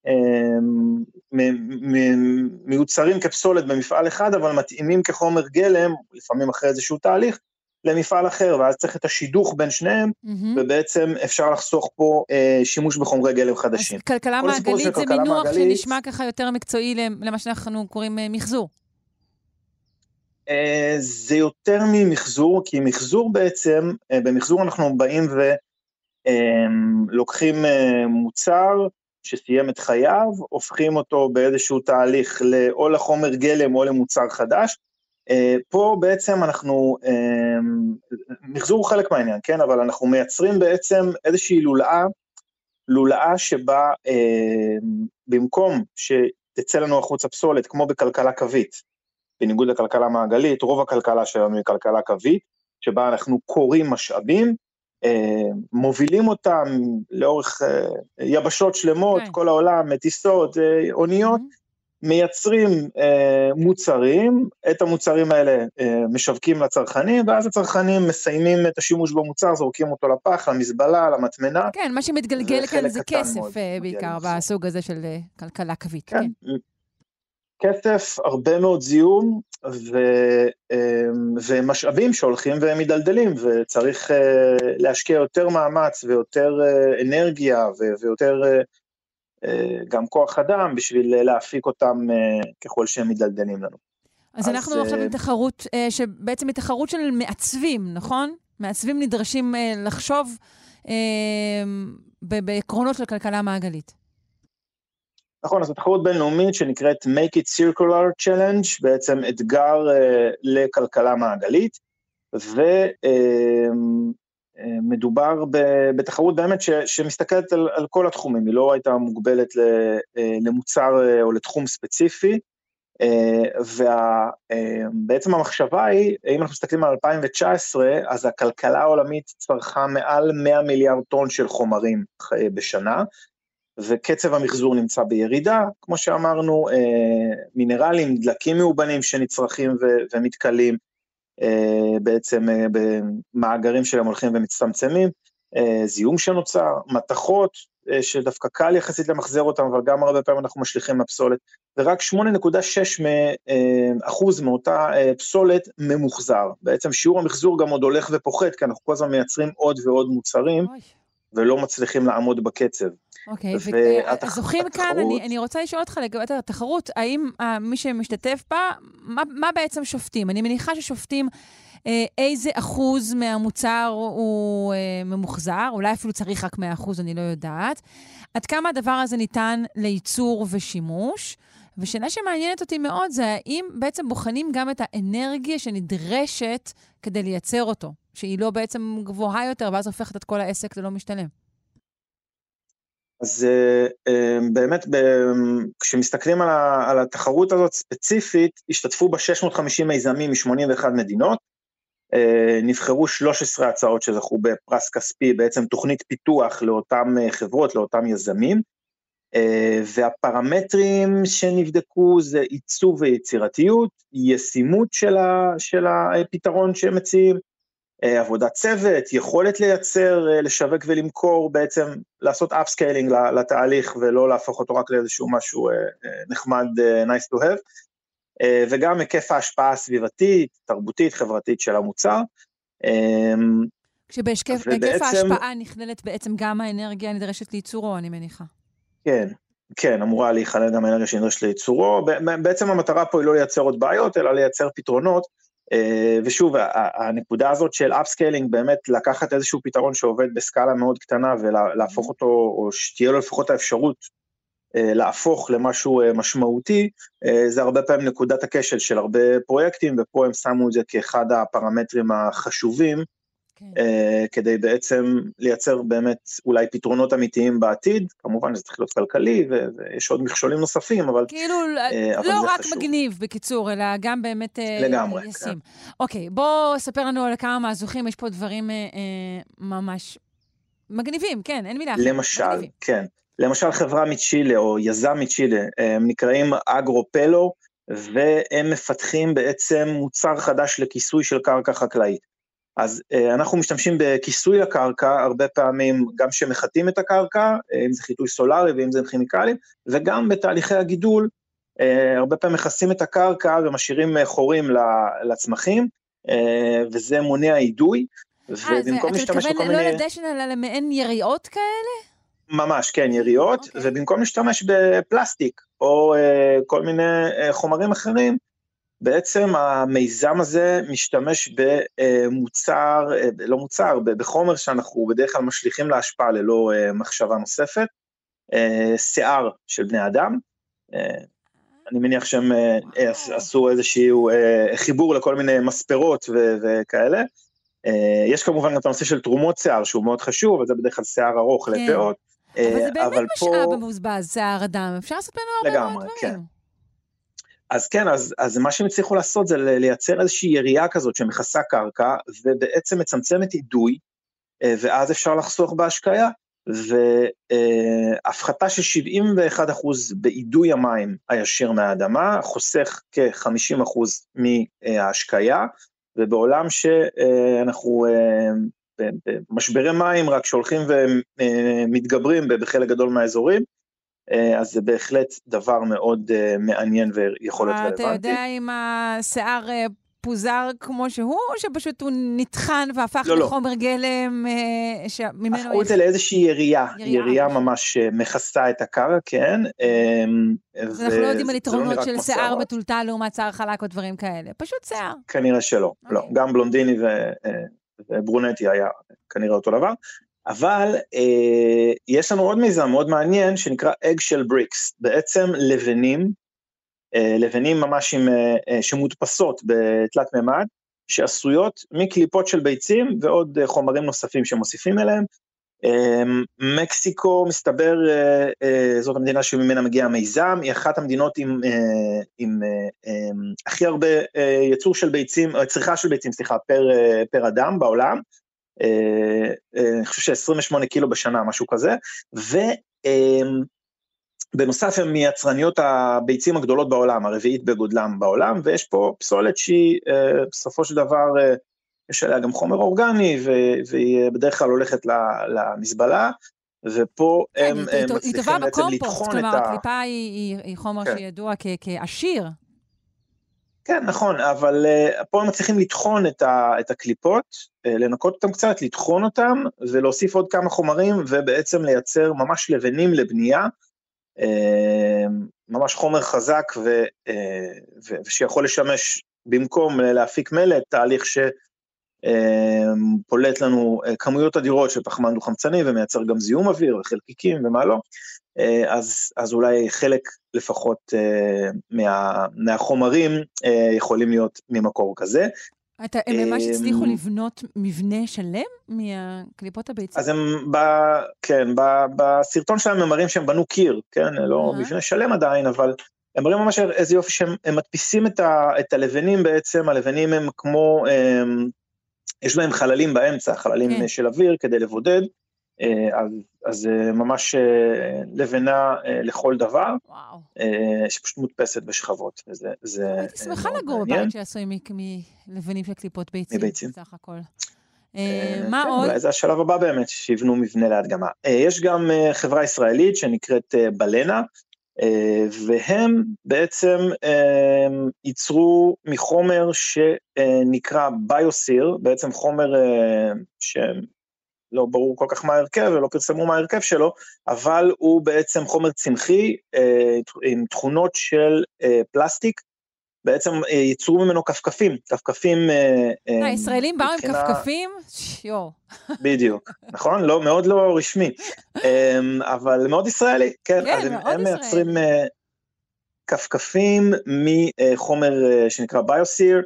מיוצרים כפסולת במפעל אחד, אבל מתאימים כחומר גלם, לפעמים אחרי איזשהו תהליך, למפעל אחר, ואז צריך את השידוך בין שניהם, mm-hmm. ובעצם אפשר לחסוך פה אה, שימוש בחומרי גלם חדשים. אז כלכלה מעגלית זה מינוח מעגלית, שנשמע ככה יותר מקצועי למה שאנחנו קוראים אה, מחזור. אה, זה יותר ממחזור, כי מחזור בעצם, אה, במחזור אנחנו באים ולוקחים אה, אה, מוצר שסיים את חייו, הופכים אותו באיזשהו תהליך או לחומר גלם או למוצר חדש, Uh, פה בעצם אנחנו, uh, מחזור הוא חלק מהעניין, כן? אבל אנחנו מייצרים בעצם איזושהי לולאה, לולאה שבה uh, במקום שתצא לנו החוץ הפסולת, כמו בכלכלה קווית, בניגוד לכלכלה מעגלית, רוב הכלכלה שלנו היא כלכלה קווית, שבה אנחנו קוראים משאבים, uh, מובילים אותם לאורך uh, יבשות שלמות, okay. כל העולם, מטיסות, uh, אוניות, mm-hmm. מייצרים אה, מוצרים, את המוצרים האלה אה, משווקים לצרכנים, ואז הצרכנים מסיימים את השימוש במוצר, זורקים אותו לפח, למזבלה, למטמנה. כן, מה שמתגלגל כאן זה כסף מאוד, בעיקר, בסוג הזה של כלכלה קווית. כן, כן. כסף, הרבה מאוד זיהום, ו, אה, ומשאבים שהולכים ומדלדלים, וצריך אה, להשקיע יותר מאמץ, ויותר אה, אנרגיה, ו, ויותר... אה, גם כוח אדם, בשביל להפיק אותם ככל שהם מדלדלים לנו. אז אנחנו עכשיו בתחרות, שבעצם היא תחרות של מעצבים, נכון? מעצבים נדרשים לחשוב בעקרונות של כלכלה מעגלית. נכון, אז התחרות בינלאומית שנקראת Make It Circular Challenge, בעצם אתגר לכלכלה מעגלית, ו... מדובר בתחרות באמת ש, שמסתכלת על, על כל התחומים, היא לא הייתה מוגבלת למוצר או לתחום ספציפי, ובעצם המחשבה היא, אם אנחנו מסתכלים על אלפיים תשע עשרה, אז הכלכלה העולמית צרכה מעל מאה מיליארד טון של חומרים בשנה, וקצב המחזור נמצא בירידה, כמו שאמרנו, מינרלים, דלקים מאובנים שנצרכים ומתקלים, בעצם במאגרים שלהם הולכים ומצטמצמים, זיהום שנוצר, מתכות שדווקא קל יחסית למחזר אותם, אבל גם הרבה פעמים אנחנו משליכים לפסולת, ורק שמונה נקודה שש אחוז מאותה פסולת ממוחזר. בעצם שיעור המחזור גם עוד הולך ופוחת, כי אנחנו כל הזמן מייצרים עוד ועוד מוצרים, ולא מצליחים לעמוד בקצב. אוקיי, וזוכים כאן, אני רוצה לשאול אותך לגבי התחרות, האם מי שמשתתף בה, מה בעצם שופטים? אני מניחה ששופטים איזה אחוז מהמוצר הוא ממוחזר, אולי אפילו צריך רק מאה אחוז, אני לא יודעת. עד כמה הדבר הזה ניתן לייצור ושימוש? ושאלה שמעניינת אותי מאוד זה האם בעצם בוחנים גם את האנרגיה שנדרשת כדי לייצר אותו, שהיא לא בעצם גבוהה יותר, ואז הופכת את כל העסק, זה לא משתלם. אז באמת, כשמסתכלים על התחרות הזאת ספציפית, השתתפו ב-שש מאות וחמישים מיזמים מ-שמונים ואחת מדינות, נבחרו שלוש עשרה הצעות שזכו בפרס כספי, בעצם תוכנית פיתוח לאותם חברות, לאותם יזמים, והפרמטרים שנבדקו זה עיצוב ויצירתיות, ישימות של, ה, של הפתרון שהם מציעים, עבודת צוות, יכולת לייצר, לשווק ולמכור, בעצם לעשות אפסקיילינג לתהליך, ולא להפוך אותו רק לאיזשהו משהו נחמד, nice to have, וגם היקף ההשפעה הסביבתית, תרבותית, חברתית של המוצר. כשבהיקף ובעצם, ההשפעה נכללת בעצם גם האנרגיה הנדרשת לייצורו, אני מניחה. כן, כן, אמורה להיכלל גם האנרגיה שנדרשת לייצורו. בעצם המטרה פה היא לא לייצר עוד בעיות, אלא לייצר פתרונות, ושוב, הנקודה הזאת של אפסקיילינג, באמת לקחת איזשהו פתרון שעובד בסקאלה מאוד קטנה, ולהפוך אותו, או שתהיה לו לפחות האפשרות, להפוך למשהו משמעותי, זה הרבה פעמים נקודת הכשל של הרבה פרויקטים, ופה הם שמו את זה כאחד הפרמטרים החשובים, כדי בעצם לייצר באמת אולי פתרונות אמיתיים בעתיד, כמובן זה צריך להיות כלכלי, ויש עוד מכשולים נוספים, אבל כאילו לא רק מגניב בקיצור, אלא גם באמת ישים. אוקיי, בוא ספר לנו על כמה מהזוכים, יש פה דברים ממש מגניבים, כן, אין מילה אחת. למשל, כן, למשל חברה מצ'ילה, או יזם מצ'ילה, הם נקראים אגרו-פלו, והם מפתחים בעצם מוצר חדש לכיסוי של קרקע חקלאית. אז אה, אנחנו משתמשים בכיסוי לקרקע, הרבה פעמים גם שמחתים את הקרקע, אם זה חיטוי סולרי ואם זה כימיקלים, וגם בתהליכי הגידול, אה, הרבה פעמים מכסים את הקרקע ומשאירים חורים לצמחים, אה, וזה מונע אידוי, ובמקום להשתמש בכל מיני... לא לדשן, אלא למעין יריעות כאלה? ממש, כן, יריעות, okay. ובמקום להשתמש בפלסטיק, או אה, כל מיני אה, חומרים אחרים, בעצם המיזם הזה משתמש במוצר, לא מוצר, בחומר שאנחנו בדרך כלל משליכים להשפעה ללא מחשבה נוספת, שיער של בני אדם, אני מניח שהם עשו איזשהו חיבור לכל מיני מספרות וכאלה, יש כמובן את הנושא של תרומות שיער שהוא מאוד חשוב, אבל זה בדרך כלל שיער ארוך לפאות, אבל זה באמת משאב מבוזבז, שיער אדם, אפשר לעשות לנו הרבה מאוד דברים. אז כן, אז, אז מה שהם הצליחו לעשות זה לייצר איזושהי יריעה כזאת שמכסה קרקע, ובעצם מצמצמת אידוי, ואז אפשר לחסוך בהשקיה, והפחתה של שבעים ואחד אחוז באידוי המים הישיר מהאדמה, חוסך כ-חמישים אחוז מההשקיה, ובעולם שאנחנו במשברי מים רק שהולכים ומתגברים בחלק גדול מהאזורים, אז זה בהחלט דבר מאוד מעניין ויכול להיות רלוונטי. אתה יודע אם השיער פוזר כמו שהוא, או שפשוט הוא נטחן והפך לחומר גלם שממנו... הפכו את זה לאיזושהי ירייה, ירייה ממש מכסה את הקרקע, כן. אז אנחנו לא יודעים על יתרונות של שיער בטולטל לעומת שיער חלק או דברים כאלה, פשוט שיער. כנראה שלא, לא. גם בלונדיני וברונטי היה כנראה אותו דבר. אבל אה, יש לנו עוד מיזם מאוד מעניין שנקרא Eggshell Bricks, בעצם לבנים, אה, לבנים ממש עם, אה, שמודפסות בתלת ממד, שעשויות מקליפות של ביצים ועוד אה, חומרים נוספים שמוסיפים אליהם. אה, מקסיקו מסתבר, אה, אה, זאת המדינה שממנה מגיע המיזם, היא אחת המדינות עם, אה, עם אה, אה, הכי הרבה אה, ייצור של ביצים, אה, צריכה של ביצים, סליחה, פר, אה, פר אדם בעולם, אני חושב ש-עשרים ושמונה קילו בשנה, משהו כזה, ובנוסף הם מיצרניות הביצים הגדולות בעולם, הרביעית בגודלם בעולם, ויש פה פסולת שהיא בסופו של דבר, יש עליה גם חומר אורגני, והיא בדרך כלל הולכת למזבלה, ופה הם מצליחים בעצם לתחון את ה... כלומר, הקליפה היא חומר שידוע כעשיר. כן, נכון, אבל uh, פה הם מצליחים לטחון את, ה, את הקליפות, uh, לנקות אותם קצת, לטחון אותם, ולהוסיף עוד כמה חומרים, ובעצם לייצר ממש לבנים לבנייה, uh, ממש חומר חזק, ו, uh, ו, ושיכול לשמש במקום להפיק מלט, תהליך שפולט uh, לנו uh, כמויות אדירות של פחמן דו-חמצני, ומייצר גם זיהום אוויר וחלקיקים ומה לא, אז, אז אולי חלק לפחות מה, מהחומרים יכולים להיות ממקור כזה. אתה, הם ממש הצליחו לבנות מבנה שלם מהקליפות הביצים? אז הם, ב, כן, ב, בסרטון שלהם הם מראים שהם בנו קיר, כן, לא מבנה שלם עדיין, אבל הם מראים ממש איזה יופי שהם מדפיסים את, ה, את הלבנים בעצם, הלבנים הם כמו, הם, יש להם חללים באמצע, חללים כן. של אוויר כדי לבודד, אז, אז ממש לבנה לכל דבר, וואו. שפשוט מודפסת בשכבות. וזה, זה הייתי שמחה לגור בבית שעשוי מלבנים של קליפות ביצים. מביצים. בסך הכל. מה עוד? אולי זה השלב הבא באמת, שיבנו מבנה להדגמה. יש גם חברה ישראלית שנקראת בלנה, והם בעצם ייצרו מחומר שנקרא ביוסיר, בעצם חומר שלא ברור כל כך מה ההרכב, ולא פרסמו מה ההרכב שלו, אבל הוא בעצם חומר צמחי עם תכונות של פלסטיק, בעצם ייצרו ממנו כפכפים, כפכפים... הישראלים באו עם כפכפים? שיו. בדיוק, נכון? לא, מאוד לא רשמי, אבל מאוד ישראלי, כן, אז הם מייצרים כפכפים מחומר שנקרא ביוסיר,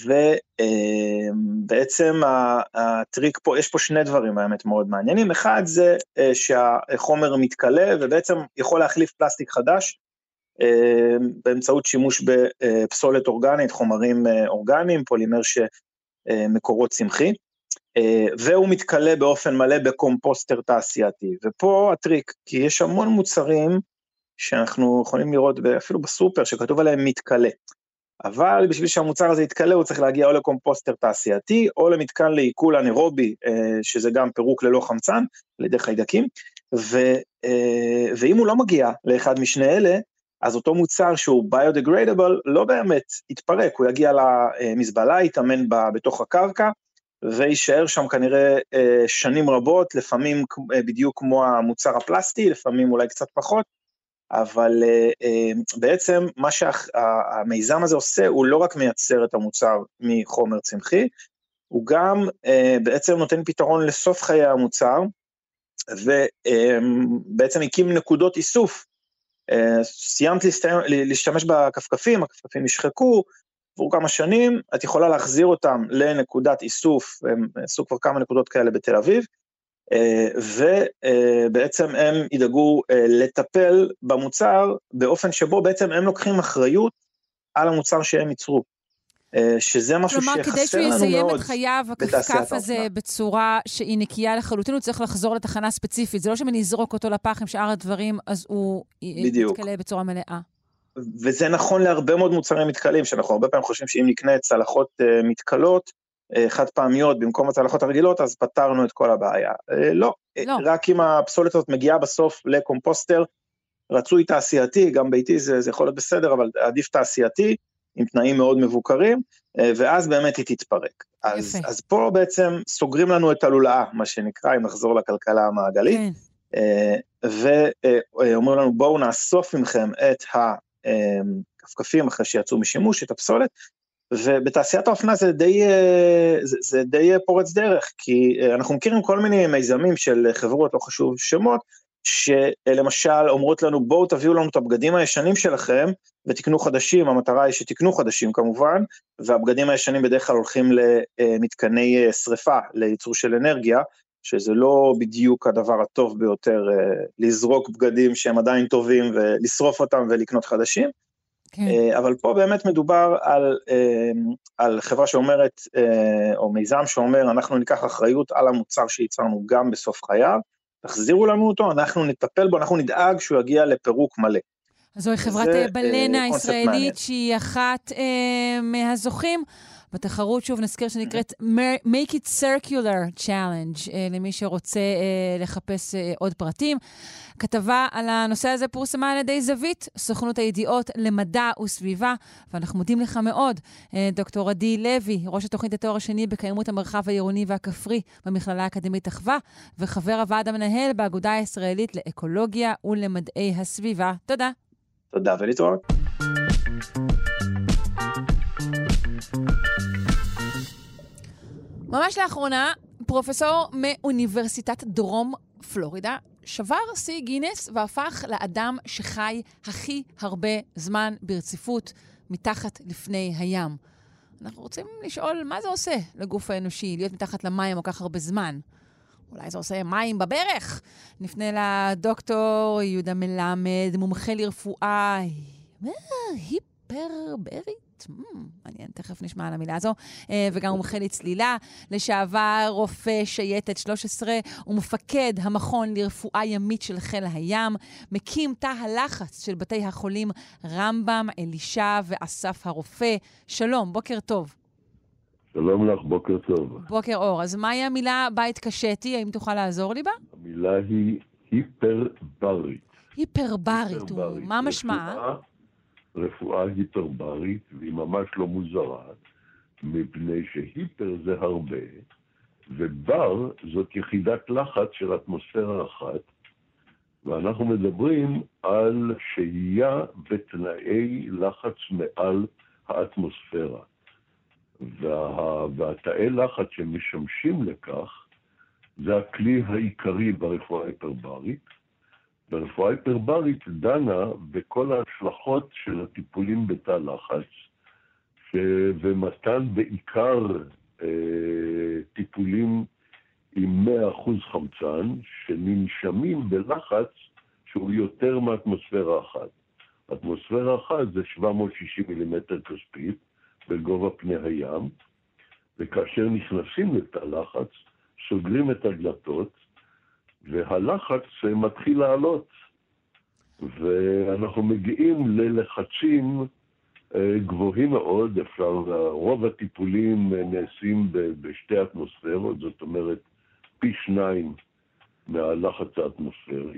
ובעצם הטריק פה, יש פה שני דברים האמת מאוד מעניינים, אחד זה שהחומר מתקלה, ובעצם יכול להחליף פלסטיק חדש, באמצעות שימוש בפסולת אורגנית, חומרים אורגניים, פולימר שמקורות צמחי, והוא מתקלה באופן מלא בקומפוסטר תעשייתי. ופה הטריק, כי יש המון מוצרים שאנחנו יכולים לראות אפילו בסופר, שכתוב עליהם מתקלה. אבל בשביל שהמוצר הזה יתקלה, הוא צריך להגיע או לקומפוסטר תעשייתי, או למתקן לעיכול אנאירובי, שזה גם פירוק ללא חמצן, על ידי חיידקים, ו, ואם הוא לא מגיע לאחד משני אלה, אז אותו מוצר שהוא biodegradable לא באמת יתפרק, הוא יגיע למזבלה, יתאמן בתוך הקרקע, וישאר שם כנראה שנים רבות, לפעמים בדיוק כמו המוצר הפלסטי, לפעמים אולי קצת פחות, אבל בעצם מה שהמיזם הזה עושה, הוא לא רק מייצר את המוצר מחומר צמחי, הוא גם בעצם נותן פתרון לסוף חיי המוצר, ובעצם הקים נקודות איסוף, סיימת להשתמש בכפכפים, הכפכפים נשחקו, עבור כמה שנים, את יכולה להחזיר אותם לנקודת איסוף, הם עשו כבר כמה נקודות כאלה בתל אביב, ובעצם הם ידאגו לטפל במוצר, באופן שבו בעצם הם לוקחים אחריות על המוצר שהם ייצרו. שזה משהו שחסר לנו מאוד. כלומר, כדי שהוא יסיים את חייו, הכפכף הזה בצורה שהיא נקייה לחלוטין, הוא צריך לחזור לתחנה ספציפית. זה לא שמנזרוק אותו לפח עם שאר הדברים, אז הוא יתקלה בצורה מלאה. וזה נכון להרבה מאוד מוצרים מתקלים, שאנחנו הרבה פעמים חושבים שאם נקנה צלחות מתקלות, חד פעמיות במקום הצלחות הרגילות, אז פתרנו את כל הבעיה. לא, רק אם הפסולת הזאת מגיעה בסוף לקומפוסטר, רצוי תעשייתי, גם ביתי זה יכול להיות בסדר, אבל עדיף תעשייתי, עם תנאים מאוד מבוקרים, ואז באמת היא תתפרק. אז, אז פה בעצם סוגרים לנו את הלולאה, מה שנקרא, אם נחזור לכלכלה המעגלית, כן. ואומרים לנו, בואו נאסוף ממכם את הכפכפים, אחרי שיצאו משימוש, את הפסולת, ובתעשיית האופנה זה די, זה, זה די פורץ דרך, כי אנחנו מכירים כל מיני מיזמים של חברות, לא חשוב שמות, שלמשל אומרות לנו, בואו תביאו לנו את הבגדים הישנים שלכם, ותקנו חדשים, המטרה היא שתקנו חדשים כמובן, והבגדים הישנים בדרך כלל הולכים למתקני שריפה, לייצור של אנרגיה, שזה לא בדיוק הדבר הטוב ביותר, לזרוק בגדים שהם עדיין טובים, ולשרוף אותם ולקנות חדשים, כן. אבל פה באמת מדובר על, על חברה שאומרת, או מיזם שאומר, אנחנו ניקח אחריות על המוצר שייצרנו גם בסוף חייו, תחזירו לנו אותו, אנחנו נטפל בו, אנחנו נדאג שהוא יגיע לפירוק מלא. אז זוהי חברת בלנה הישראלית, שהיא אחת מהזוכים, בתחרות שוב נזכיר שנקראת Make it Circular Challenge, למי שרוצה לחפש עוד פרטים. כתבה על הנושא הזה פורסמה על ידי זווית, סוכנות הידיעות למדע וסביבה, ואנחנו מודים לך מאוד, דוקטור עדי לוי, ראש התוכנית התואר השני בקיימות המרחב העירוני והכפרי במכללה האקדמית אחווה, וחבר הוועד המנהל באגודה הישראלית לאקולוגיה ולמדעי הסביבה. תודה. תודה ולהתראות. ממש לאחרונה, פרופסור מאוניברסיטת דרום פלורידה, שבר שיא גינס והפך לאדם שחי הכי הרבה זמן ברציפות מתחת לפני הים. אנחנו רוצים לשאול מה זה עושה לגוף האנושי, להיות מתחת למים או כך הרבה זמן. אולי זה עושה מים בברך. נפנה לדוקטור יהודה מלמד, מומחה לרפואה היפרברית. תרופות. מעניין, תכף נשמע על המילה הזו. וגם מומחה לצלילה, לשעבר רופא שייטת שלוש עשרה, ומפקד המכון לרפואה ימית של חיל הים, מקים תא הלחץ של בתי החולים רמב"ם, אלישע ואסף הרופא. שלום, בוקר טוב. שלום לך, בוקר טוב. בוקר אור. אז מהי המילה בה התקשיתי? האם תוכל לעזור לי בה? המילה היא היפרברית. היפרברית, מה משמעה? רפואה, רפואה היפרברית, והיא ממש לא מוזרה, מפני שהיפר זה הרבה, ובר זאת יחידת לחץ של אטמוספירה אחת, ואנחנו מדברים על שהייה בתנאי לחץ מעל האטמוספירה. וה... והתאי לחץ שמשמשים לכך, זה הכלי העיקרי ברפואה היפרברית. ברפואה היפרברית דנה בכל ההשלכות של הטיפולים בתא לחץ, ש... ומתן בעיקר אה, טיפולים עם מאה אחוז חמצן, שננשמים בלחץ שהוא יותר מאטמוספירה אחת. אטמוספירה אחת זה שבע מאות ושישים מילימטר כספית, בגובה פני הים, וכאשר נכנסים לתא לחץ, סוגרים את הדלתות, והלחץ מתחיל לעלות. ואנחנו מגיעים ללחצים גבוהים מאוד, אפשר, רוב הטיפולים נעשים בשתי אטמוספירות, זאת אומרת פי שניים מהלחץ האטמוספרי,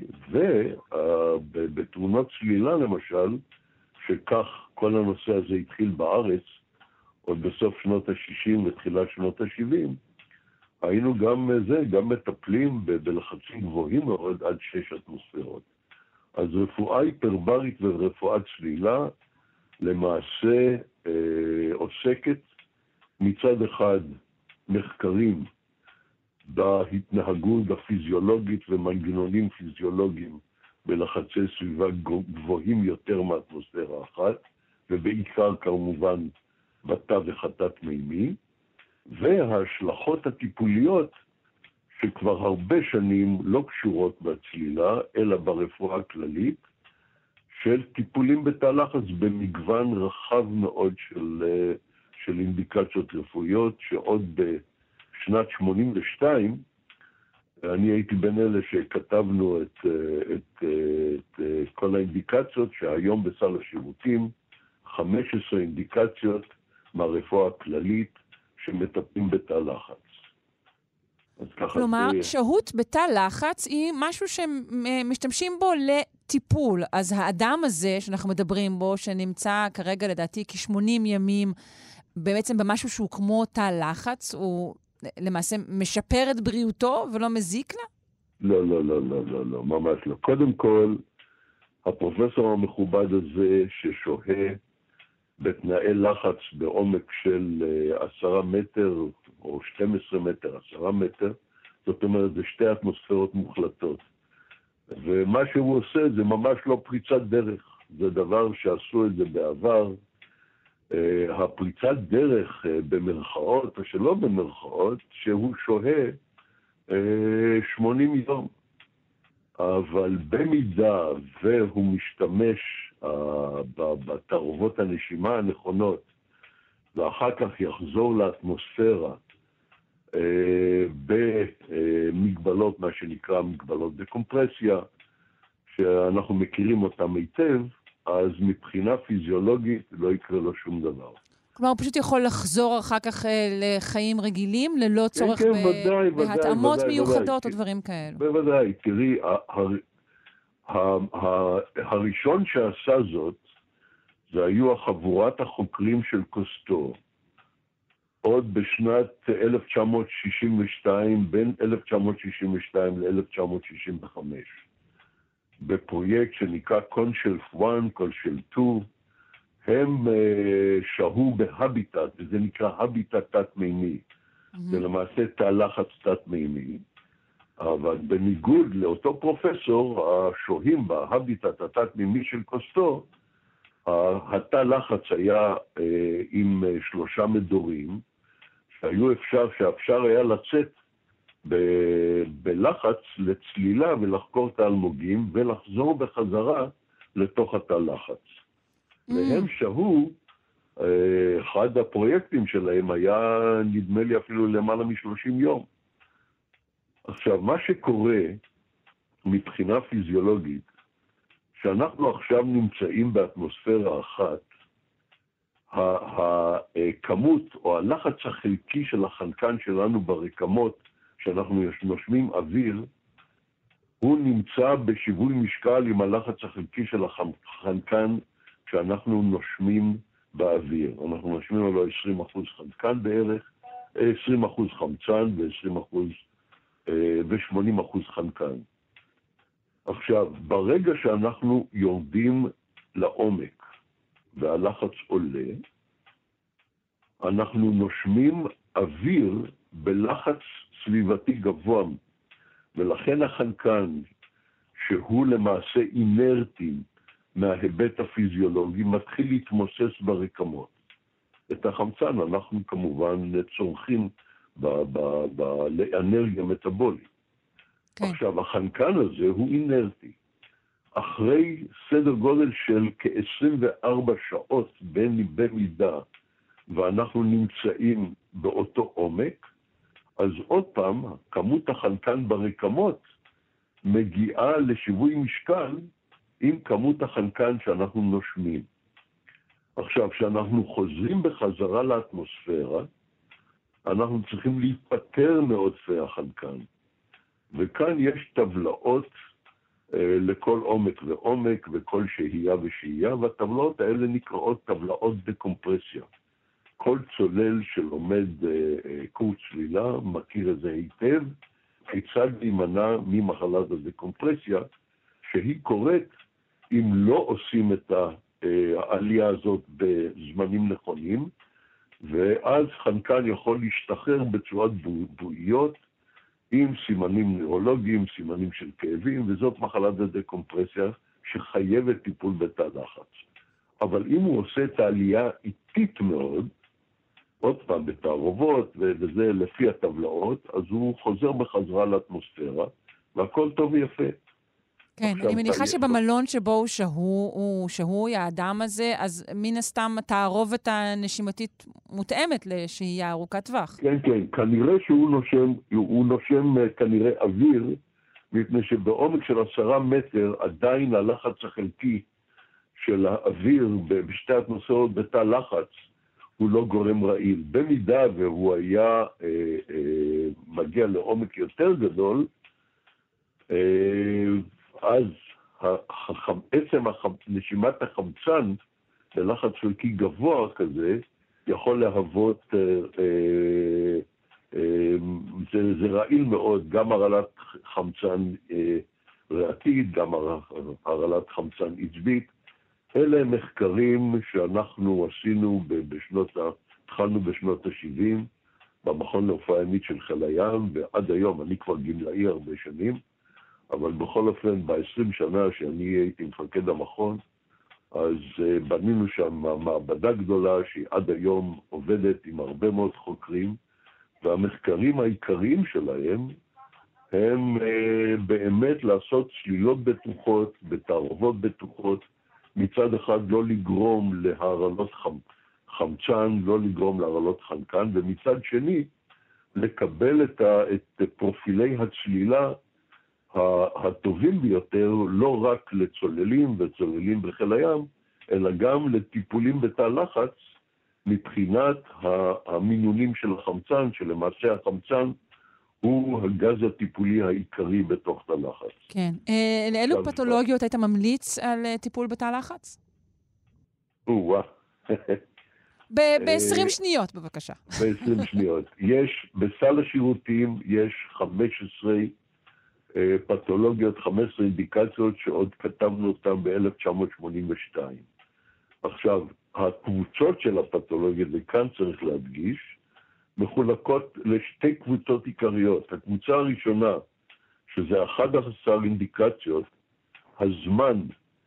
ובתאונות צלילה למשל, שכך כל הנושא הזה התחיל בארץ, עוד בסוף שנות ה-שישים ותחילת שנות ה-שבעים, היינו גם זה, גם מטפלים בלחצים גבוהים מאוד עד שש אטמוספירות. אז רפואה היפרברית ורפואת צלילה למעשה אה, עוסקת מצד אחד מחקרים בהתנהגות הפיזיולוגית ומנגנונים פיזיולוגיים בלחצי סביבה גבוהים יותר מאטמוספירה אחת, ובעיקר כמובן בתווך התת-מימי, וההשלכות הטיפוליות שכבר הרבה שנים לא קשורות בצלילה, אלא ברפואה הכללית, של טיפולים בתא לחץ במגוון רחב מאוד של, של אינדיקציות רפואיות, שעוד בשנת שמונים ושתיים, אני הייתי בין אלה שכתבנו את, את, את, את כל האינדיקציות, שהיום בסל השירותים, חמש עשרה אינדיקציות מהרפואה הכללית שמטפלים בתא לחץ. כלומר, זה... שהות בתא לחץ היא משהו שמשתמשים בו לטיפול. אז האדם הזה שאנחנו מדברים בו, שנמצא כרגע לדעתי כ-שמונים ימים, בעצם במשהו שהוא כמו תא לחץ, הוא למעשה משפר את בריאותו ולא מזיק לה? לא, לא, לא, לא, לא, לא, ממש לא. קודם כל, הפרופסור המכובד הזה ששוהה בתנאי לחץ בעומק של עשרה מטר או שתים עשרה מטר, עשרה מטר, זאת אומרת, זה שתי אטמוספירות מוחלטות. ומה שהוא עושה זה ממש לא פריצת דרך. זה דבר שעשו את זה בעבר. הפריצת דרך במרכאות, או שלא במרכאות, שהוא שוהה שמונים יום. אבל במידה והוא משתמש בתערובות הנשימה הנכונות, ואחר כך יחזור לאטמוספירה במגבלות, מה שנקרא מגבלות דקומפרסיה, שאנחנו מכירים אותם היטב, אז מבחינה פיזיולוגית לא יקרה לו שום דבר. כלומר, הוא פשוט יכול לחזור אחר כך לחיים רגילים, ללא צורך כן, כן, ב- ודאי, בהתאמות ודאי, מיוחדות ודאי. או דברים כאלו. בוודאי, תראי, הראשון שעשה זאת, זה היו החבורת החוקרים של קוסטו, עוד בשנת אלף תשע מאות שישים ושתיים, בין אלף תשע מאות שישים ושתיים ל-אלף תשע מאות שישים וחמש, בפרויקט שנקרא קונשלף אחת, קונשלף שתיים, הם uh, שהו בהביטט, וזה נקרא הביטט תת-מימי. Mm-hmm. זה למעשה תא לחץ תת-מימי, אבל בניגוד לאותו פרופסור, השוהים בהביטט התת-מימי של קוסטו, התא לחץ היה uh, עם uh, שלושה מדורים, שהיו אפשר, שאפשר היה לצאת ב- בלחץ לצלילה ולחקור את האלמוגים, ולחזור בחזרה לתוך התא לחץ. Mm. והם שהו אחד הפרויקטים שלהם היה, נדמה לי אפילו למעלה מ-שלושים יום. עכשיו, מה שקורה מבחינה פיזיולוגית, שאנחנו עכשיו נמצאים באטמוספירה אחת, הכמות או הלחץ החלקי של החנקן שלנו ברקמות, שאנחנו נושמים אוויר, הוא נמצא בשיווי משקל עם הלחץ החלקי של החנקן שאנחנו נושמים באוויר. אנחנו נושמים עלו עשרים אחוז חנקן בערך, עשרים אחוז חמצן ו-עשרים אחוז ו-שמונים אחוז חנקן. עכשיו, ברגע שאנחנו יורדים לעומק והלחץ עולה, אנחנו נושמים אוויר בלחץ סביבתי גבוה, ולכן החנקן, שהוא למעשה אינרטי מההיבט הפיזיולוגי, מתחיל להתמוסס ברקמות. את החמצן אנחנו כמובן צורכים לאנרגיה מטאבולית. כן. עכשיו, החנקן הזה הוא אינרטי. אחרי סדר גודל של כ-עשרים וארבע שעות בין במידה, ואנחנו נמצאים באותו עומק, אז עוד פעם, כמות החנקן ברקמות מגיעה לשיווי משקל עם כמות החנקן שאנחנו נושמים. עכשיו, כשאנחנו חוזרים בחזרה לאטמוספירה, אנחנו צריכים להיפטר מעודפי החנקן. וכאן יש טבלאות אה, לכל עומק ועומק וכל שהייה ושהייה, והטבלאות האלה נקראות טבלאות דקומפרסיה. כל צולל שלומד אה, אה, קורס צלילה מכיר את זה היטב, כיצד להימנע ממחלת הדקומפרסיה, שהיא קורית אם לא עושים את העלייה הזאת בזמנים נכונים, ואז חנקן יכול להשתחרר בצורת בועיות, עם סימנים נוירולוגיים, סימנים של כאבים, וזאת מחלת הדקומפרסיה שחייבת טיפול בתא לחץ. אבל אם הוא עושה את העלייה איטית מאוד, עוד פעם בתערובות, וזה לפי הטבלאות, אז הוא חוזר בחזרה לאטמוספירה, והכל טוב ויפה. כן, אני מניחה שבמלון שבו הוא שהו, הוא שהו, האדם הזה, אז מן הסתם התערובת הנשימתית מותאמת לשהייה ארוכת טווח. כן, כן, כנראה שהוא נושם, הוא נושם כנראה אוויר, מפני שבעומק של עשרה מטר עדיין הלחץ החלקי של האוויר בשתי האטמוספירות בתא לחץ הוא לא גורם רעיל. במידה והוא היה אה, אה, מגיע לעומק יותר גדול, אה, אז עצם נשימת החמצן ללחץ חלקי גבוה כזה יכול להוות, אה, אה, אה, זה, זה רעיל מאוד, גם הרעלת חמצן אה, ריאתית, גם הרעלת חמצן עצבית. אלה הם מחקרים שאנחנו עשינו בשנות, התחלנו בשנות ה-שבעים, במכון לרפואה ימית של חיל הים, ועד היום, אני כבר גמלאי הרבה שנים, אבל בכל אופן, ב-עשרים שנה שאני הייתי מפקד המכון, אז uh, בנינו שם מעבדה גדולה שהיא עד היום עובדת עם הרבה מאוד חוקרים, והמחקרים העיקריים שלהם הם uh, באמת לעשות צלילות בטוחות, בתערובות בטוחות, מצד אחד לא לגרום להרעלות חמ... חמצן, לא לגרום להרעלות חנקן, ומצד שני לקבל את, ה... את פרופילי הצלילה הטובים ביותר, לא רק לצוללים וצוללים בחיל הים, אלא גם לטיפולים בתא לחץ, מבחינת המינונים של החמצן, שלמעשה החמצן הוא הגז הטיפולי העיקרי בתוך תא לחץ. כן. לאילו פתולוגיות היית ממליץ על טיפול בתא לחץ? או-אה. ב-עשרים שניות, בבקשה. ב-עשרים שניות. יש, בסל השירותים יש חמש עשרה פתולוגיות, חמש עשרה אינדיקציות שעוד כתבנו אותן ב-אלף תשע מאות שמונים ושתיים. עכשיו, הקבוצות של הפתולוגיות, וכאן צריך להדגיש, מחולקות לשתי קבוצות עיקריות. הקבוצה הראשונה, שזה אחת עשרה אינדיקציות, הזמן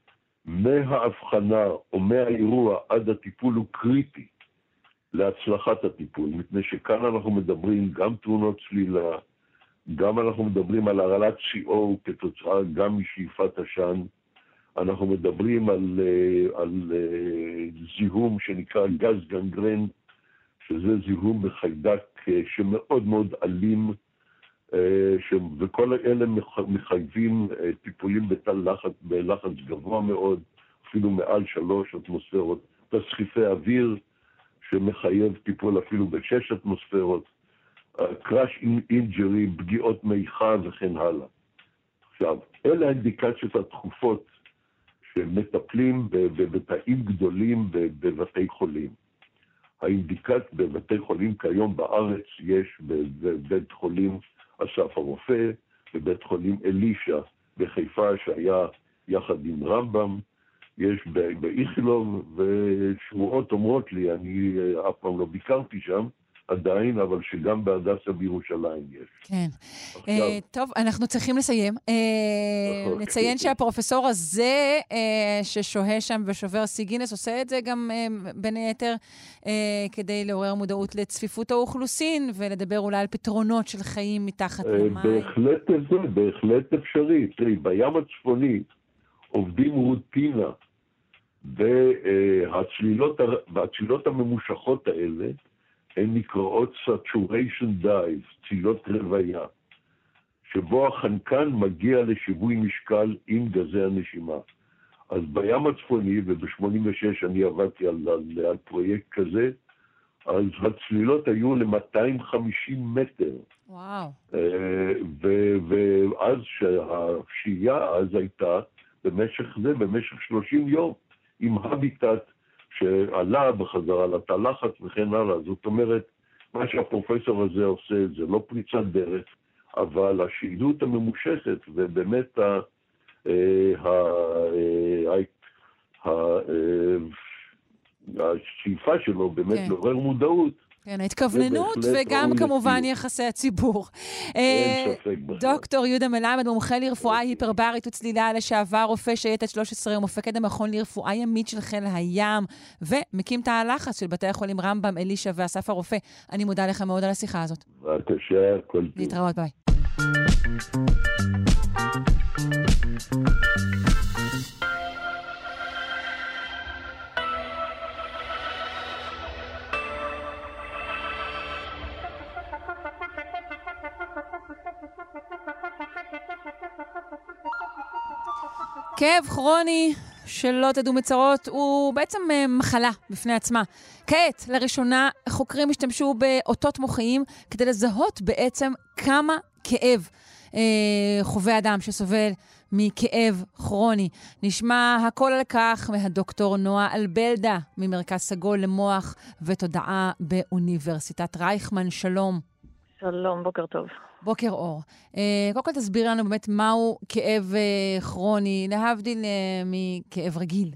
מההבחנה או מהאירוע עד הטיפול הוא קריטי להצלחת הטיפול, מפני שכאן אנחנו מדברים גם תאונות צלילה, גם אנחנו מדברים על הרעלת סי או כתוצאה גם משאיפת עשן, אנחנו מדברים על, על זיהום שנקרא גז גנגרן, שזה זיהום בחיידק שמאוד מאוד אלים, ש... וכל אלה מחייבים טיפולים בתל לחץ, בלחץ גבוה מאוד, אפילו מעל שלוש אטמוספירות, תסחיפי אוויר שמחייב טיפול אפילו בשש אטמוספירות, קראש אינג'רי, פגיעות מיכה וכן הלאה. עכשיו, אלה האינדיקציות התכופות שמטפלים בבתאים גדולים בבתי חולים. האינדיקט בבתי חולים כיום בארץ יש בבית חולים אסף הרופא, בבית חולים אלישע בחיפה שהיה יחד עם רמב"ם, יש באיכילוב, ושמועות אומרות לי, אני אף פעם לא ביקרתי שם עדיין, אבל שגם בהדסה בירושלים יש. כן. טוב, אנחנו צריכים לסיים. נציין שהפרופסור הזה ששוהה שם ושובר שיא גינס, עושה את זה גם בין היתר כדי לעורר מודעות לצפיפות האוכלוסין, ולדבר אולי על פתרונות של חיים מתחת למים. בהחלט זה, בהחלט אפשרי. תראי, בים הצפוני עובדים רוטינה, והצלילות הממושכות האלה, הן נקראות saturation dives, צלילות רוויה, שבו החנקן מגיע לשיווי משקל עם גזי הנשימה. אז בים הצפוני, וב-שמונים ושש אני עבדתי על, על, על פרויקט כזה, אז הצלילות היו ל-מאתיים וחמישים מטר. וואו. ו- ואז שהשהייה אז הייתה במשך זה, במשך שלושים יום, עם הביטט, שעלה בחזרה לתא לחץ וכן הלאה. זאת אומרת, מה שהפרופסור הזה עושה זה לא פריצת דרך, אבל השהילות הממושכת, ובאמת ה, ה, ה, ה, השאיפה שלו באמת כן. לעורר מודעות. כן, ההתכווננות וגם כמובן יחסי הציבור. אין ספק בכלל. דוקטור יהודה מלמד, מומחה לרפואה היפרברית וצלילה לשעבר, רופא שייטת שלוש עשרה ומפקד המכון לרפואה ימית של חיל הים, ומקים תא הלחץ של בתי החולים רמב"ם, אלישע ואסף הרופא. אני מודה לך מאוד על השיחה הזאת. בבקשה, כל טוב. להתראות, ביי. כאב כרוני, שלא תדעו מצרות, הוא בעצם מחלה בפני עצמה. כעת, לראשונה, חוקרים השתמשו באותות מוחיים כדי לזהות בעצם כמה כאב אה, חווה אדם שסובל מכאב כרוני. נשמע הכל על כך מהדוקטור נועה אלבלדה, ממרכז סגול למוח ותודעה באוניברסיטת רייכמן. שלום. שלום, בוקר טוב. בוקר אור. Uh, קודם כל תסביר לנו באמת מהו כאב uh, כרוני, להבדיל uh, מכאב רגיל.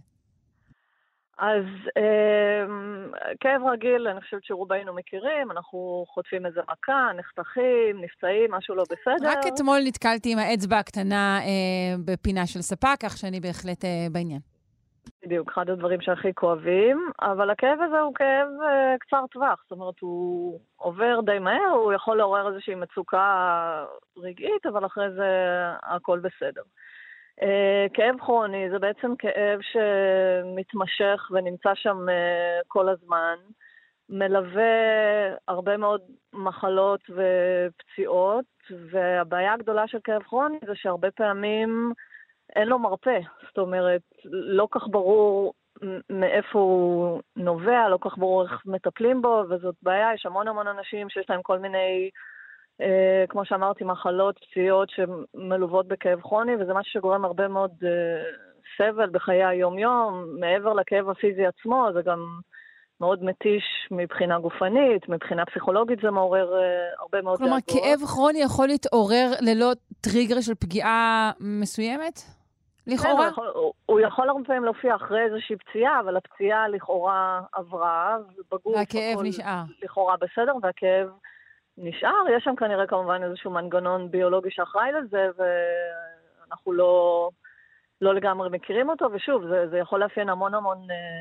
אז uh, כאב רגיל, אני חושבת שרובנו מכירים, אנחנו חוטפים איזה מכה, נחתכים, נפצעים, משהו לא בסדר. רק אתמול נתקלתי עם האצבע הקטנה uh, בפינה של ספה, כך שאני בהחלט uh, בעניין. בדיוק, אחד הדברים שהכי כואבים, אבל הכאב הזה הוא כאב uh, קצר טווח, זאת אומרת, הוא עובר די מהר, הוא יכול לעורר איזושהי מצוקה רגעית, אבל אחרי זה הכל בסדר. Uh, כאב כרוני זה בעצם כאב שמתמשך ונמצא שם uh, כל הזמן, מלווה הרבה מאוד מחלות ופציעות, והבעיה הגדולה של כאב כרוני זה שהרבה פעמים אין לו מרפא, זאת אומרת, לא כך ברור מאיפה הוא נובע, לא כך ברור איך מטפלים בו, וזאת בעיה, יש המון המון אנשים שיש להם כל מיני, אה, כמו שאמרתי, מחלות, פציעות שמלוות בכאב כרוני, וזה משהו שגורם הרבה מאוד אה, סבל בחיי היום-יום, מעבר לכאב הפיזי עצמו, זה גם מאוד מתיש מבחינה גופנית, מבחינה פסיכולוגית זה מעורר אה, הרבה מאוד כלומר, דאגות. כאב כרוני יכול להתעורר ללא טריגר של פגיעה מסוימת? לכאורה? הוא יכול, הוא, הוא יכול הרבה פעמים להופיע אחרי איזושהי פציעה, אבל הפציעה לכאורה עברה, ובגוף והכאב נשאר. לכאורה בסדר, והכאב נשאר. יש שם כנראה כמובן איזשהו מנגנון ביולוגי שאחראי לזה, ואנחנו לא, לא לגמרי מכירים אותו, ושוב, זה, זה יכול לאפיין המון המון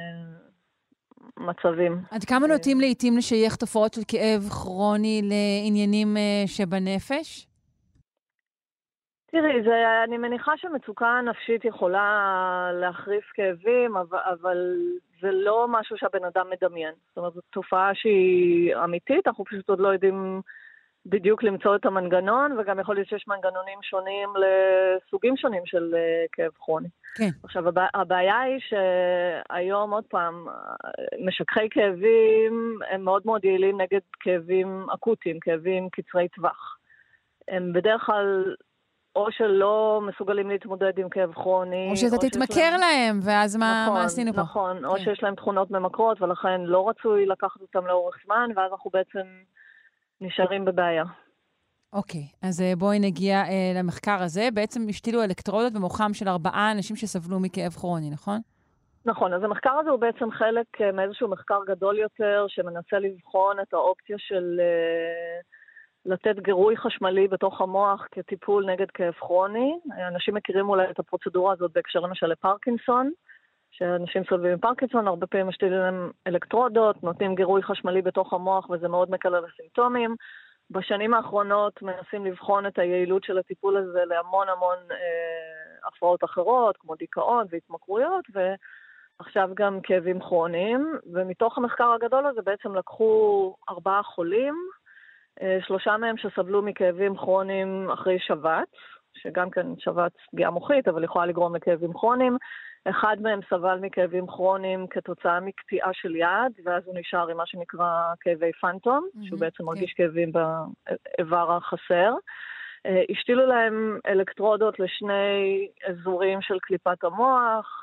אה, מצבים. עד כמה נוטים לעתים לשייך תופעות של כאב כרוני לעניינים אה, שבנפש? תראי, זה, אני מניחה שמצוקה נפשית יכולה להחריף כאבים, אבל, אבל זה לא משהו שהבן אדם מדמיין. זאת אומרת, זו תופעה שהיא אמיתית, אנחנו פשוט עוד לא יודעים בדיוק למצוא את המנגנון, וגם יכול להיות שיש מנגנונים שונים לסוגים שונים של כאב כרוני. כן. עכשיו, הבעיה היא שהיום, עוד פעם, משככי כאבים הם מאוד מאוד יעילים נגד כאבים אקוטיים, כאבים קצרי טווח. הם בדרך כלל או שלא מסוגלים להתמודד עם כאב כרוני, או שאתה תתמכר להם, להם, ואז מה, נכון, מה עשינו פה? נכון, כן. או שיש להם תכונות ממכרות, ולכן לא רצוי לקחת אותם לאורך זמן, ואז אנחנו בעצם נשארים בבעיה. אוקיי, אז בואי נגיע אה, למחקר הזה. בעצם השתילו אלקטרודות במוחם של ארבעה אנשים שסבלו מכאב כרוני, נכון? נכון, אז המחקר הזה הוא בעצם חלק מאיזשהו מחקר גדול יותר, שמנסה לבחון את האופציה של אה, לתת גירוי חשמלי בתוך המוח כטיפול נגד כאב כרוני. אנשים מכירים אולי את הפרוצדורה הזאת בהקשר למשל לפרקינסון, שאנשים סובלים מפרקינסון, הרבה פעמים משתילים להם אלקטרודות, נותנים גירוי חשמלי בתוך המוח, וזה מאוד מקל על הסימפטומים. בשנים האחרונות מנסים לבחון את היעילות של הטיפול הזה להמון המון אה, הפרעות אחרות, כמו דיכאון והתמכרויות, ועכשיו גם כאבים כרוניים. ומתוך המחקר הגדול הזה בעצם לקחו ארבעה חולים, אה, שלושה מהם שסבלו מכאבים כרוניים אחרי שבץ, שגם כן שבץ פגיעה מוחית, אבל יכולה לגרום לכאבים כרוניים. אחד מהם סבל מכאבים כרוניים כתוצאה מקטיעה של יד, ואז הוא נשאר עם מה שנקרא כאבי פנטום, mm-hmm, שהוא בעצם מרגיש okay. כאבים באיבר החסר. השתילו להם אלקטרודות לשני אזורים של קליפת המוח,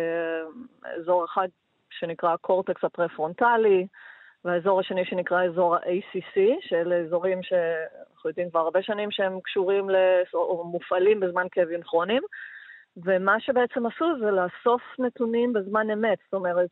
אזור אחד שנקרא הקורטקס הפרפרונטלי, והאזור השני שנקרא אזור ה-איי סי סי, שאלה אזורים שאנחנו יודעים כבר הרבה שנים שהם קשורים או מופעלים בזמן כאבים כרוניים. ומה שבעצם עשו זה לאסוף נתונים בזמן אמת, זאת אומרת,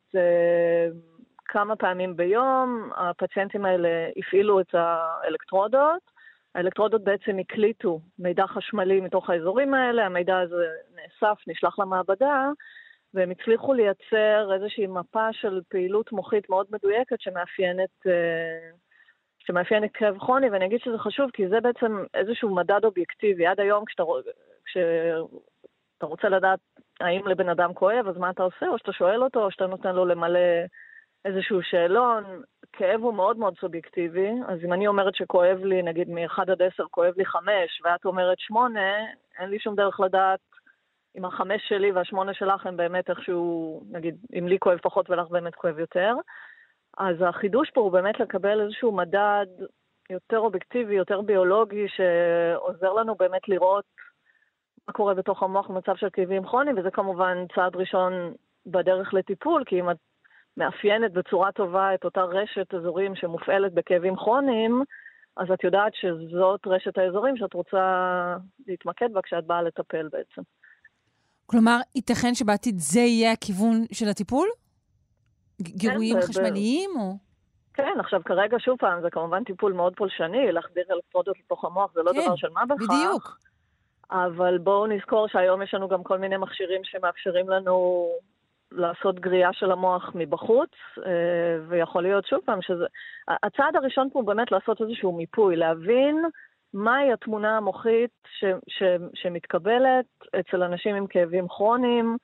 כמה פעמים ביום הפציינטים האלה הפעילו את האלקטרודות, האלקטרודות בעצם הקליטו מידע חשמלי מתוך האזורים האלה, המידע הזה נאסף, נשלח למעבדה, והם הצליחו לייצר איזושהי מפה של פעילות מוחית מאוד מדויקת שמאפיינת, שמאפיינת כאב כרוני, ואני אגיד שזה חשוב כי זה בעצם איזשהו מדד אובייקטיבי, עד היום כשאתה כש... אתה רוצה לדעת האם לבן אדם כואב, אז מה אתה עושה? או שאתה שואל אותו, או שאתה נותן לו למלא איזשהו שאלון. כאב הוא מאוד מאוד סובייקטיבי, אז אם אני אומרת שכואב לי, נגיד מ-אחד עד עשר כואב לי חמש, ואת אומרת שמונה, אין לי שום דרך לדעת אם החמש שלי והשמונה שלך הם באמת איכשהו, נגיד, אם לי כואב פחות ולך באמת כואב יותר. אז החידוש פה הוא באמת לקבל איזשהו מדד יותר אובייקטיבי, יותר ביולוגי, שעוזר לנו באמת לראות מה קורה בתוך המוח במצב של כאבים כרוניים, וזה כמובן צעד ראשון בדרך לטיפול, כי אם את מאפיינת בצורה טובה את אותה רשת אזורים שמופעלת בכאבים כרוניים, אז את יודעת שזאת רשת האזורים שאת רוצה להתמקד בה כשאת באה לטפל בעצם. כלומר, ייתכן שבעתיד זה יהיה הכיוון של הטיפול? גירויים כן, חשמליים ב... או... כן, עכשיו כרגע שוב פעם, זה כמובן טיפול מאוד פולשני, להחדיר אלקטרודות לתוך המוח, זה לא כן, דבר של מה בכך. בדיוק. אבל בואו נזכור שהיום יש לנו גם כל מיני מכשירים שמאפשרים לנו לעשות גריעה של המוח מבחוץ, ויכול להיות שוב פעם שזה... הצעד הראשון פה הוא באמת לעשות איזשהו מיפוי, להבין מהי התמונה המוחית ש, ש, שמתקבלת אצל אנשים עם כאבים כרוניים,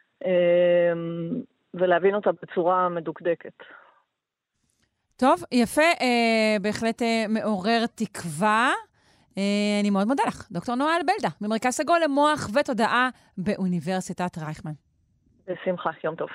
ולהבין אותה בצורה מדוקדקת. טוב, יפה, בהחלט מעורר תקווה. אני מאוד מודה לך, דוקטור נועה אלבלדה, ממרכז סגול למוח ותודעה באוניברסיטת רייכמן. בשמחה, יום טוב.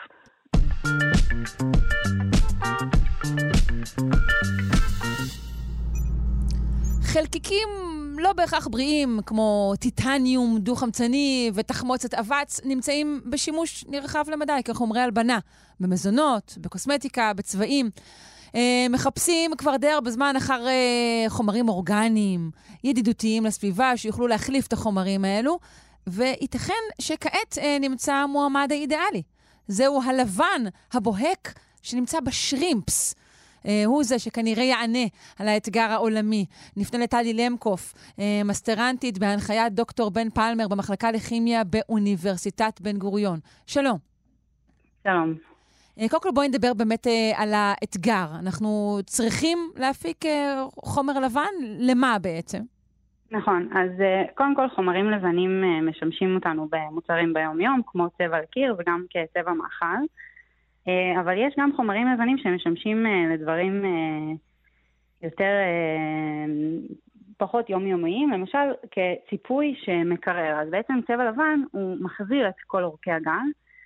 חלקיקים לא בהכרח בריאים, כמו טיטניום דו-חמצני ותחמוצת אבץ, נמצאים בשימוש נרחב למדי כחומרי הלבנה, במזונות, בקוסמטיקה, בצבעים. מחפשים כבר די הרבה זמן אחר חומרים אורגניים, ידידותיים לסביבה, שיוכלו להחליף את החומרים האלו, וייתכן שכעת נמצא המועמד האידיאלי. זהו הלבן, הבוהק, שנמצא בשרימפס. הוא זה שכנראה יענה על האתגר העולמי. נפנה לטלי למקוף, מסטרנטית בהנחיית דוקטור בן פלמר במחלקה לכימיה באוניברסיטת בן גוריון. שלום. שלום. קודם כל בואי נדבר באמת על האתגר. אנחנו צריכים להפיק חומר לבן? למה בעצם? נכון, אז קודם כל חומרים לבנים משמשים אותנו במוצרים ביום-יום, כמו צבע לקיר וגם כצבע מאכל, אבל יש גם חומרים לבנים שמשמשים לדברים יותר פחות יומיומיים, למשל כציפוי שמקרר. אז בעצם צבע לבן הוא מחזיר את כל אורכי הגן,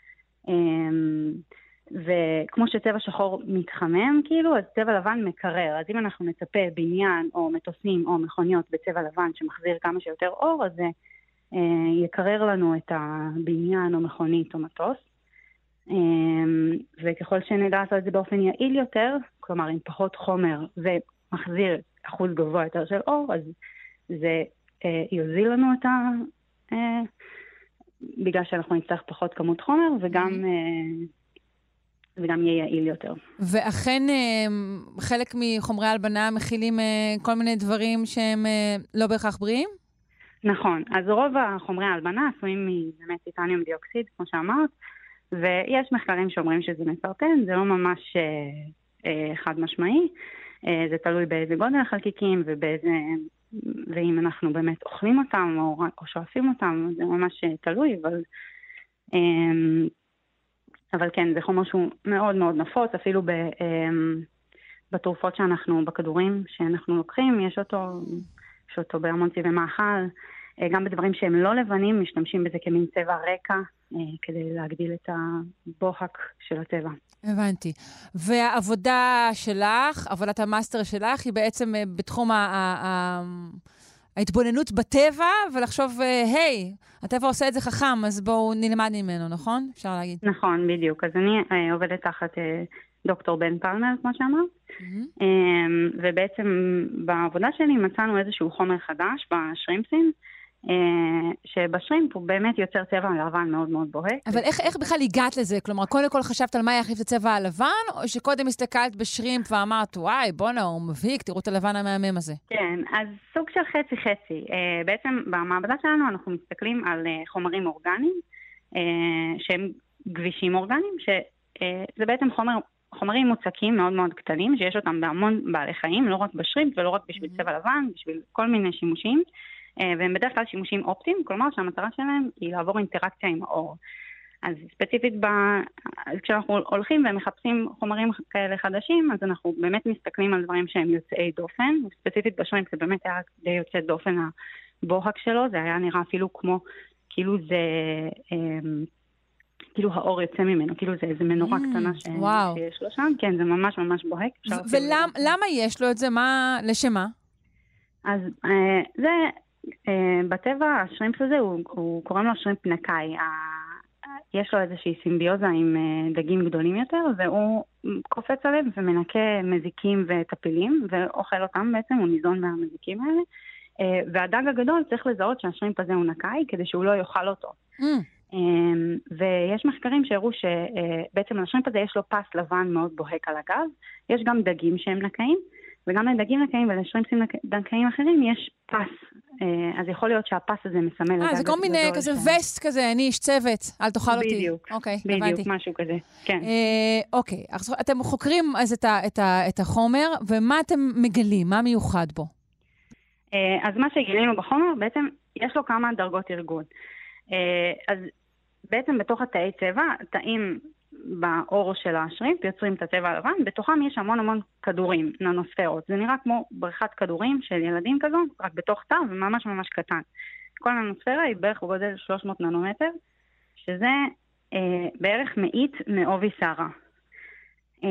וכמו שצבע שחור מתחמם, כאילו, אז צבע לבן מקרר. אז אם אנחנו נצפה בניין או מטוסים או מכוניות בצבע לבן שמחזיר כמה שיותר אור, אז זה אה, יקרר לנו את הבניין או מכונית או מטוס. אה, וככל שנדע לעשות את זה באופן יעיל יותר, כלומר עם פחות חומר ומחזיר אחוז גבוה יותר של אור, אז זה אה, יוזיל לנו את ה... אה, בגלל שאנחנו נצטרך פחות כמות חומר, וגם... אה, וגם יהיה יעיל יותר. ואכן חלק מחומרי ההלבנה מכילים כל מיני דברים שהם לא בהכרח בריאים? נכון. אז רוב החומרי ההלבנה עשויים מבאמת טיטניום דיוקסיד, כמו שאמרת, ויש מחקרים שאומרים שזה מסרטן, זה לא ממש חד משמעי, זה תלוי באיזה גודל החלקיקים ובאיזה, ואם אנחנו באמת אוכלים אותם או, או שואפים אותם, זה ממש תלוי, אבל... אבל כן, זה חומר שהוא מאוד מאוד נפוץ, אפילו ב, בתרופות שאנחנו, בכדורים שאנחנו לוקחים, יש אותו, יש אותו בהמון צבעי מאכל, גם בדברים שהם לא לבנים, משתמשים בזה כמין צבע רקע, כדי להגדיל את הבוהק של הצבע. הבנתי. והעבודה שלך, עבודת המאסטר שלך, היא בעצם בתחום ה... ה ההתבוננות בטבע, ולחשוב, היי, הטבע עושה את זה חכם, אז בואו נלמד ממנו, נכון? אפשר להגיד. נכון, בדיוק. אז אני אה, עובדת תחת אה, דוקטור בן פלמר, כמו שאמרת, mm-hmm. אה, ובעצם בעבודה שלי מצאנו איזשהו חומר חדש בשרימפסים, אה, שבשרימפ הוא באמת יוצר צבע לבן מאוד מאוד בוהק. אבל איך, איך בכלל הגעת לזה? כלומר, קודם כל חשבת על מה יחליף את הצבע הלבן, או שקודם הסתכלת בשרימפ ואמרת, וואי, בונה, הוא מבהיק, תראו את הלבן המהמם הזה. כן, אז סוג של חצי-חצי. אה, בעצם במעבדה שלנו אנחנו מסתכלים על אה, חומרים אורגניים, אה, שהם גבישים אורגניים, שזה אה, בעצם חומר, חומרים מוצקים מאוד מאוד קטנים, שיש אותם בהמון בעלי חיים, לא רק בשרימפ ולא רק בשביל mm-hmm. צבע לבן, בשביל כל מיני שימושים. והם בדרך כלל שימושים אופטיים, כלומר שהמטרה שלהם היא לעבור אינטראקציה עם האור. אז ספציפית, ב... כשאנחנו הולכים ומחפשים חומרים כאלה חדשים, אז אנחנו באמת מסתכלים על דברים שהם יוצאי דופן, ספציפית בשרימפ זה באמת היה די יוצא דופן הבוהק שלו, זה היה נראה אפילו כמו, כאילו זה, כאילו האור יוצא ממנו, כאילו זה איזו מנורה mm, קטנה ש... שיש לו שם, כן, זה ממש ממש בוהק. ולמה יש לו את זה? מה, לשמה? אז זה... Uh, בטבע השרימפ הזה הוא, הוא קוראים לו שרימפ נקאי. Uh, יש לו איזושהי סימביוזה עם uh, דגים גדולים יותר, והוא קופץ עליהם ומנקה מזיקים וטפילים, ואוכל אותם בעצם, הוא ניזון מהמזיקים האלה. Uh, והדג הגדול צריך לזהות שהשרימפ הזה הוא נקאי, כדי שהוא לא יאכל אותו. Mm. Uh, ויש מחקרים שהראו שבעצם uh, לשרימפ הזה יש לו פס לבן מאוד בוהק על הגב. יש גם דגים שהם נקאים, וגם לדגים נקאים ולשרימפסים נקאים אחרים יש פס. אז יכול להיות שהפס הזה מסמל... אה, זה כל מיני כזה וסט כזה, אני איש צוות, אל תאכל אותי. בדיוק, בדיוק, משהו כזה, כן. אוקיי, אתם חוקרים אז את החומר, ומה אתם מגלים? מה מיוחד בו? אז מה שגילינו בחומר, בעצם יש לו כמה דרגות ארגון. אז בעצם בתוך התאי צבע, תאים באור של השרימפ יוצרים את הצבע הלבן, בתוכם יש המון המון כדורים, ננוספרות. זה נראה כמו בריכת כדורים של ילדים כזו, רק בתוך תא וממש ממש קטן. כל ננוספרה היא בערך בגודל שלוש מאות ננומטר, שזה אה, בערך מאית מעובי שערה. אה,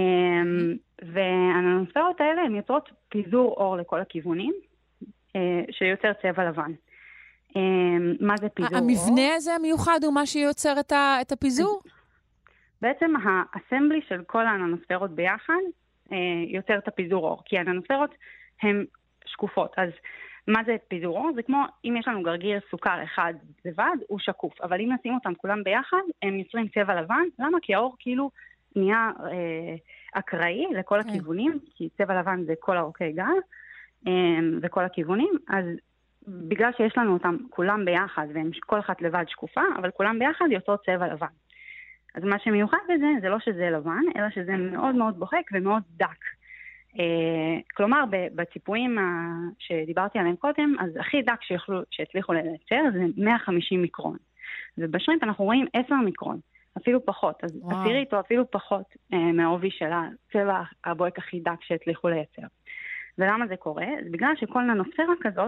והננוספרות האלה הן יוצרות פיזור אור לכל הכיוונים, אה, שיוצר צבע לבן. אה, מה זה פיזור המבנה אור? המבנה הזה המיוחד הוא מה שיוצר את, ה, את הפיזור? בעצם האסמבלי של כל הננוספרות ביחד אה, יוצר את הפיזור אור, כי הננוספרות הן שקופות. אז מה זה פיזור אור? זה כמו אם יש לנו גרגיר סוכר אחד לבד, הוא שקוף. אבל אם נשים אותם כולם ביחד, הם יוצרים צבע לבן. למה? כי האור כאילו נהיה אה, אקראי לכל okay. הכיוונים, כי צבע לבן זה כל האורכי גל אה, וכל הכיוונים. אז בגלל שיש לנו אותם כולם ביחד, והם כל אחת לבד שקופה, אבל כולם ביחד יוצרות צבע לבן. אז מה שמיוחד בזה, זה לא שזה לבן, אלא שזה מאוד מאוד בוהק ומאוד דק. כלומר, בציפויים שדיברתי עליהם קודם, אז הכי דק שהצליחו לייצר זה מאה וחמישים מיקרון. ובשרימפ אנחנו רואים עשרה מיקרון, אפילו פחות, אז עשירית או אפילו פחות מהעובי של הצבע הבוהק הכי דק שהצליחו לייצר. ולמה זה קורה? זה בגלל שכל ננוספרה כזאת,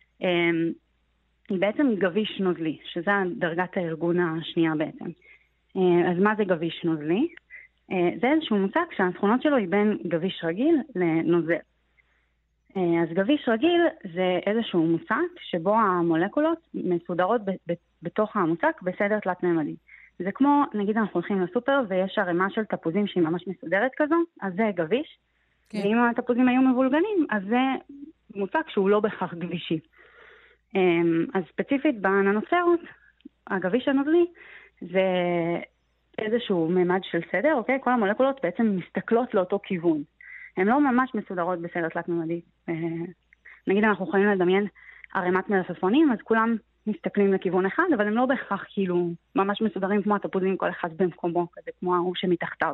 היא בעצם גביש נוזלי, שזה דרגת הארגון השנייה בעצם. אז מה זה גביש נוזלי? זה איזשהו מוצק שהתכונות שלו היא בין גביש רגיל לנוזל. אז גביש רגיל זה איזשהו מוצק שבו המולקולות מסודרות ב- ב- בתוך המוצק בסדר תלת-ממדי. זה כמו, נגיד אנחנו הולכים לסופר ויש ערימה של תפוזים שהיא ממש מסודרת כזו, אז זה גביש. כן. ואם התפוזים היו מבולגנים, אז זה מוצק שהוא לא בכך גבישי. אז ספציפית בננוספרות, הגביש הנוזלי זה איזשהו ממד של סדר, אוקיי? כל המולקולות בעצם מסתכלות לאותו כיוון. הן לא ממש מסודרות בסדר תלת-ממדי. נגיד אנחנו יכולים לדמיין ערימת מלפפונים, אז כולם מסתכלים לכיוון אחד, אבל הם לא בהכרח כאילו ממש מסודרים כמו התפוזים, כל אחד במקומו, כזה כמו ההוא שמתחתיו.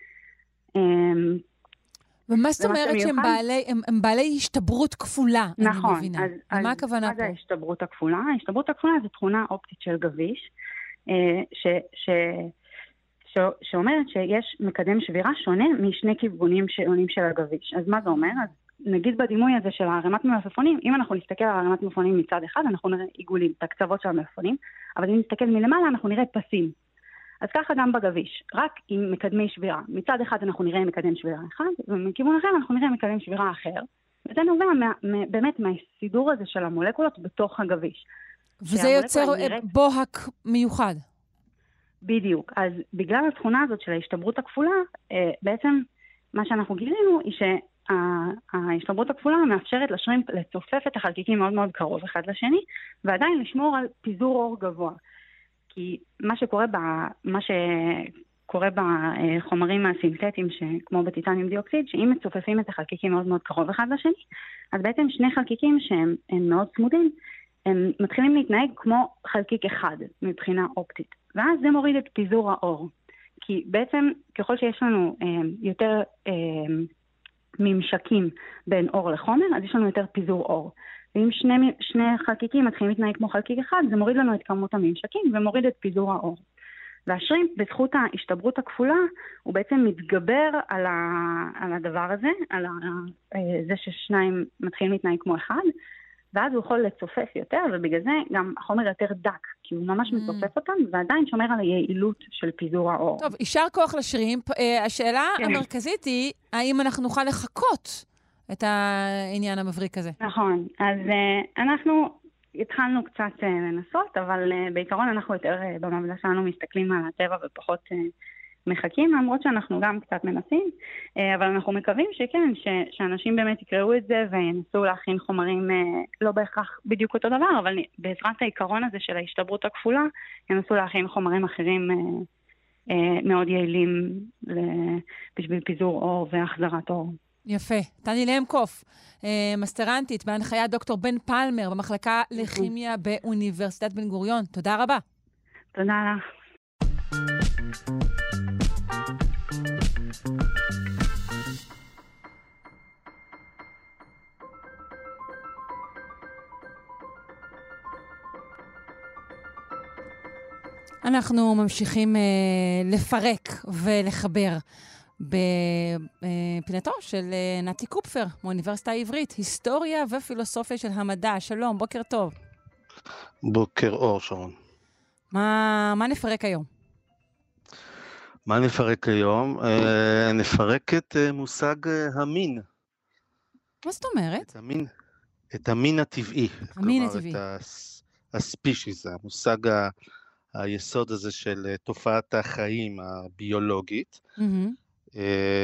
ומה זאת אומרת שהם בעלי, הם, הם בעלי השתברות כפולה, נכון, אני מבינה. אז, מה הכוונה פה? מה זה ההשתברות הכפולה? ההשתברות הכפולה זה תכונה אופטית של גביש, ש, ש, ש, שאומרת שיש מקדם שבירה שונה משני כיוונים שונים של הגביש. אז מה זה אומר? אז נגיד בדימוי הזה של הערימת מלפפונים, אם אנחנו נסתכל על הערימת מלפפונים מצד אחד, אנחנו נראה עיגולים, את הקצוות של המלפפונים, אבל אם נסתכל מלמעלה, אנחנו נראה פסים. אז ככה גם בגביש, רק עם מקדמי שבירה. מצד אחד אנחנו נראה מקדם שבירה אחד, ומכיוון אחר אנחנו נראה מקדם שבירה אחר. וזה נובע מה, מה, באמת מהסידור הזה של המולקולות בתוך הגביש. וזה יוצר נראית... בוהק מיוחד. בדיוק. אז בגלל התכונה הזאת של ההשתברות הכפולה, בעצם מה שאנחנו גילינו היא שההשתברות הכפולה מאפשרת לשרימפ לצופף את החלקיקים מאוד מאוד קרוב אחד לשני, ועדיין לשמור על פיזור אור גבוה. כי מה שקורה, ב, מה שקורה בחומרים הסינתטיים, כמו בטיטניום דיאוקסיד, שאם מצופפים את החלקיקים מאוד מאוד קרוב אחד לשני, אז בעצם שני חלקיקים שהם מאוד צמודים, הם מתחילים להתנהג כמו חלקיק אחד מבחינה אופטית. ואז זה מוריד את פיזור האור. כי בעצם ככל שיש לנו אה, יותר אה, ממשקים בין אור לחומר, אז יש לנו יותר פיזור אור. ואם שני, שני חלקיקים מתחילים להתנהג כמו חלקיק אחד, זה מוריד לנו את כמות הממשקים ומוריד את פיזור האור. והשרימפ, בזכות ההשתברות הכפולה, הוא בעצם מתגבר על, ה, על הדבר הזה, על ה, זה ששניים מתחילים להתנהג כמו אחד, ואז הוא יכול לצופף יותר, ובגלל זה גם החומר יותר דק, כי הוא ממש מצופף אותם, ועדיין שומר על היעילות של פיזור האור. טוב, יישר כוח לשרימפ. השאלה המרכזית היא, האם אנחנו נוכל לחכות את העניין המבריק הזה? נכון, אז אנחנו התחלנו קצת לנסות, אבל בעיקרון אנחנו יותר במעבדה שלנו מסתכלים על הטבע ופחות מחכים, למרות שאנחנו גם קצת מנסים, אבל אנחנו מקווים שכן, ש- שאנשים באמת יקראו את זה וינסו להכין חומרים לא בהכרח בדיוק אותו דבר, אבל בעזרת העיקרון הזה של ההשתברות הכפולה, ינסו להכין חומרים אחרים מאוד יעילים בשביל פיזור אור והחזרת אור. יפה. תני למקוף, מסטרנטית בהנחיית דוקטור בן פלמר במחלקה לכימיה באוניברסיטת בן גוריון. תודה רבה. תודה לך. אנחנו ממשיכים uh, לפרק ולחבר בפינתו של uh, נתי קופפר מאוניברסיטה העברית, היסטוריה ופילוסופיה של המדע. שלום, בוקר טוב. בוקר אור, שרון. מה, מה נפרק היום? מה נפרק היום? Uh, נפרק את uh, מושג uh, המין. מה זאת אומרת? את המין, את המין הטבעי. המין הטבעי. את הספישיז, המושג ה... היסוד הזה של תופעת החיים הביולוגית, mm-hmm.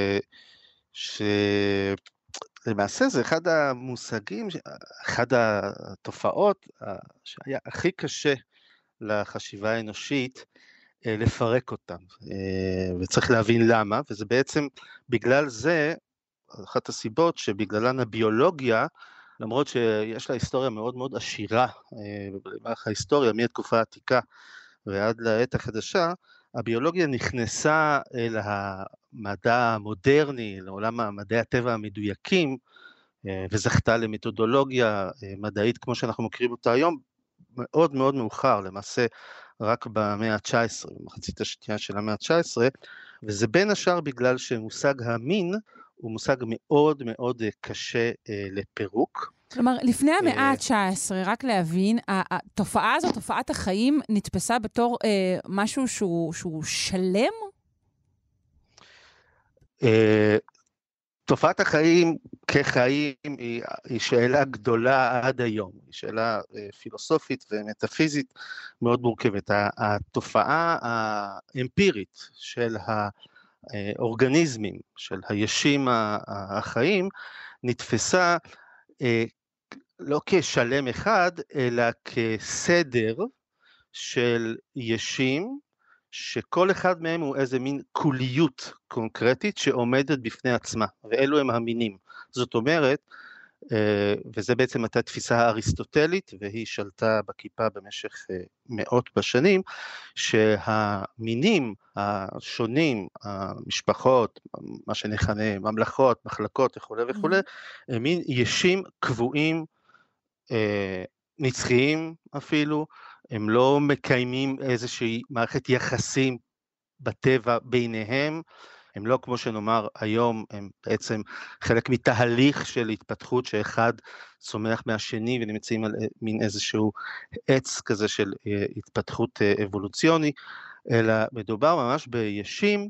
שלמעשה זה אחד המושגים, אחד התופעות שהיה הכי קשה לחשיבה האנושית לפרק אותם, וצריך להבין למה, וזה בעצם בגלל זה, אחת הסיבות שבגללן הביולוגיה, למרות שיש לה היסטוריה מאוד מאוד עשירה, במהלך ההיסטוריה, מהתקופה העתיקה, ועד לעת החדשה, הביולוגיה נכנסה אל המדע המודרני, לעולם מדעי הטבע המדויקים, וזכתה למתודולוגיה מדעית כמו שאנחנו מכירים אותה היום, מאוד מאוד מאוחר, למעשה רק במאה ה-תשע עשרה, במחצית השנייה של המאה ה-תשע עשרה, וזה בין השאר בגלל שמושג המין הוא מושג מאוד מאוד קשה לפירוק. כלומר, לפני המאה ה-תשע עשרה, רק להבין, התופעה הזו, תופעת החיים, נתפסה בתור אה, משהו שהוא, שהוא שלם? אה, תופעת החיים כחיים היא, היא שאלה גדולה עד היום, היא שאלה אה, פילוסופית ומטאפיזית מאוד מורכבת. התופעה האמפירית של האורגניזמים, של הישים החיים, נתפסה אה, לא כשלם אחד, אלא כסדר של ישים, שכל אחד מהם הוא איזה מין קוליות קונקרטית שעומדת בפני עצמה, ואלו הם המינים. זאת אומרת, וזה בעצם הייתה תפיסה האריסטוטלית, והיא שלטה בכיפה במשך מאות בשנים, שהמינים השונים, המשפחות, מה שנכנה ממלכות, מחלקות וכו' וכו', הם מין ישים קבועים, נצחיים אפילו, הם לא מקיימים איזושהי מערכת יחסים בטבע ביניהם, הם לא כמו שנאמר היום, הם בעצם חלק מתהליך של התפתחות שאחד צומח מהשני ונמצאים על מין איזשהו עץ כזה של התפתחות אבולוציוני, אלא מדובר ממש בישים,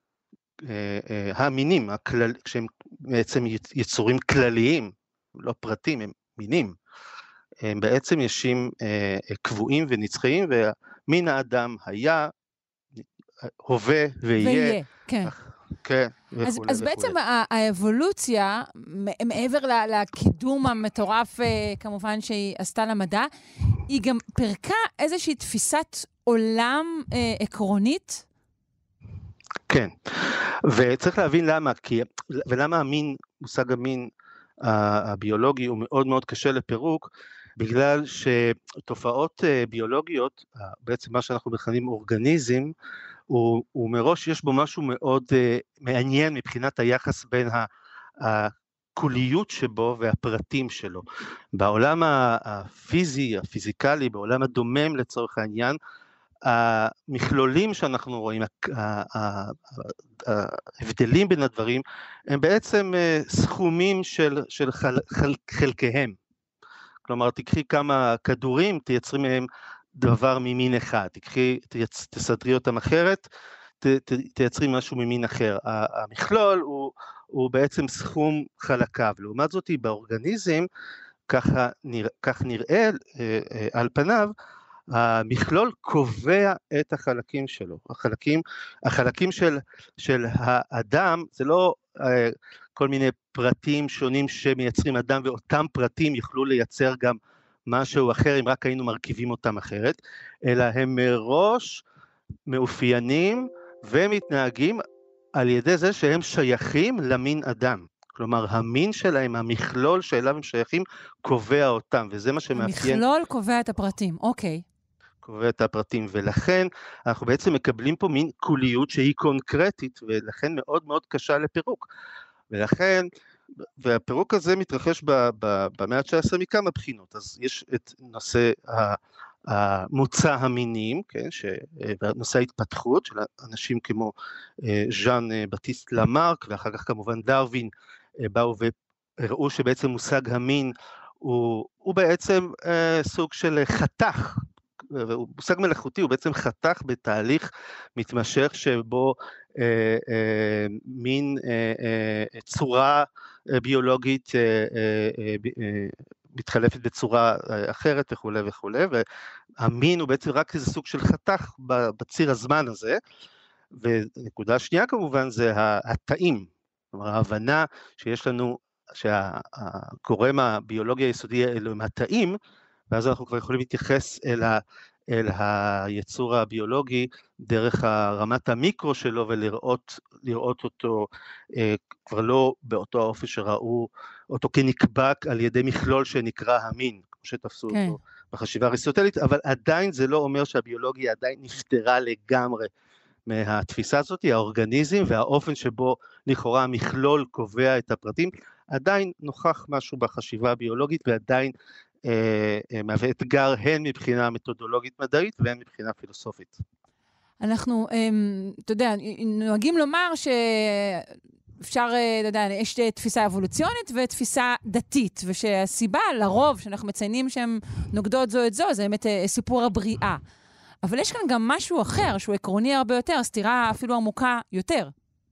המינים, הכלל, שהם בעצם יצורים כלליים, לא פרטים, הם מינים, הם בעצם ישים קבועים ונצחיים, ומין האדם היה, הווה ויהיה. ויהיה, כן. כן, וכו'. אז, אז בעצם האבולוציה, מעבר לקידום המטורף, כמובן שהיא עשתה למדע, היא גם פרקה איזושהי תפיסת עולם אה, עקרונית? כן, וצריך להבין למה, כי, ולמה המין, מושג המין הביולוגי הוא מאוד מאוד קשה לפירוק, בגלל שתופעות ביולוגיות, בעצם מה שאנחנו מכנים אורגניזם, הוא, הוא מראש יש בו משהו מאוד uh, מעניין מבחינת היחס בין הקוליות שבו והפרטים שלו. בעולם הפיזי, הפיזיקלי, בעולם הדומם לצורך העניין, המכלולים שאנחנו רואים, ההבדלים בין הדברים, הם בעצם סכומים של, של חל, חל, חלקיהם. כלומר, תקחי כמה כדורים, תייצרי מהם דבר ממין אחד, תקחי, תסדרי אותם אחרת, ת, ת, תייצרי משהו ממין אחר. המכלול הוא, הוא בעצם סכום חלקיו. לעומת זאת, באורגניזם, ככה נרא, כך נראה על פניו, המכלול קובע את החלקים שלו. החלקים, החלקים של, של האדם, זה לא כל מיני פרטים שונים שמייצרים אדם, ואותם פרטים יוכלו לייצר גם משהו אחר, אם רק היינו מרכיבים אותם אחרת, אלא הם מראש מאופיינים ומתנהגים על ידי זה שהם שייכים למין אדם. כלומר, המין שלהם, המכלול שאליו הם שייכים, קובע אותם, וזה מה שמאפיין. המכלול קובע את הפרטים, אוקיי. קובע את הפרטים, ולכן אנחנו בעצם מקבלים פה מין קוליות שהיא קונקרטית, ולכן מאוד מאוד קשה לפירוק. ולכן, והפירוק הזה מתרחש במאה ה-תשע עשרה מכמה בחינות. אז יש את נושא המוצא המינים, כן, נושא ההתפתחות של אנשים כמו ז'אן בטיסט למרק, ואחר כך כמובן דרווין, באו והראו שבעצם מושג המין הוא, הוא בעצם סוג של חתך, הוא מושג מלאכותי, הוא בעצם חתך בתהליך מתמשך שבו אה, אה, מין אה, אה, צורה ביולוגית אה, אה, אה, מתחלפת בצורה אחרת וכו' וכו', והמין הוא בעצם רק איזה סוג של חתך בציר הזמן הזה, ונקודה שנייה כמובן זה התאים, כלומר ההבנה שיש לנו, שהגורם הביולוגי היסודי אלו הם התאים, ואז אנחנו כבר יכולים להתייחס אל, ה, אל היצור הביולוגי דרך רמת המיקרו שלו, ולראות לראות אותו אה, כבר לא באותו האופן שראו אותו כנקבק על ידי מכלול שנקרא המין, כמו שתפסו כן. אותו בחשיבה האריסטוטלית, אבל עדיין זה לא אומר שהביולוגיה עדיין נפטרה לגמרי מהתפיסה הזאת, האורגניזם והאופן שבו לכאורה המכלול קובע את הפרטים, עדיין נוכח משהו בחשיבה הביולוגית, ועדיין אה, אה, מהווה אתגר הן מבחינה מתודולוגית מדעית, והן מבחינה פילוסופית. אנחנו, אה, אתה יודע, נוהגים לומר ש... אפשר, אתה יודע, יש תפיסה אבולוציונית ותפיסה דתית, ושהסיבה לרוב שאנחנו מציינים שהן נוגדות זו את זו, זה באמת סיפור הבריאה. אבל יש כאן גם משהו אחר, שהוא עקרוני הרבה יותר, סתירה אפילו עמוקה יותר.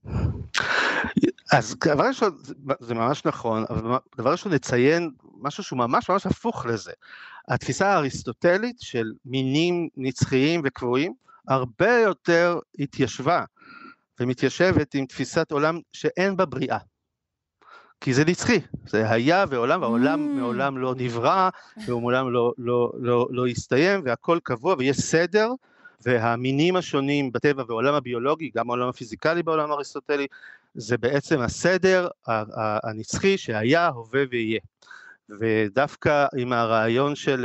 אז דבר ראשון, זה ממש נכון, אבל דבר ראשון נציין משהו שהוא ממש ממש הפוך לזה. התפיסה האריסטוטלית של מינים נצחיים וקבועים, הרבה יותר התיישבה, ומתיישבת עם תפיסת עולם שאין בה בריאה. כי זה נצחי, זה היה ועולם, והעולם mm. מעולם לא נברא, והוא מעולם לא, לא, לא, לא הסתיים, והכל קבוע, ויש סדר, והמינים השונים בטבע ועולם הביולוגי, גם העולם הפיזיקלי בעולם האריסטוטלי, זה בעצם הסדר הנצחי שהיה, הווה ויהיה. ודווקא עם הרעיון של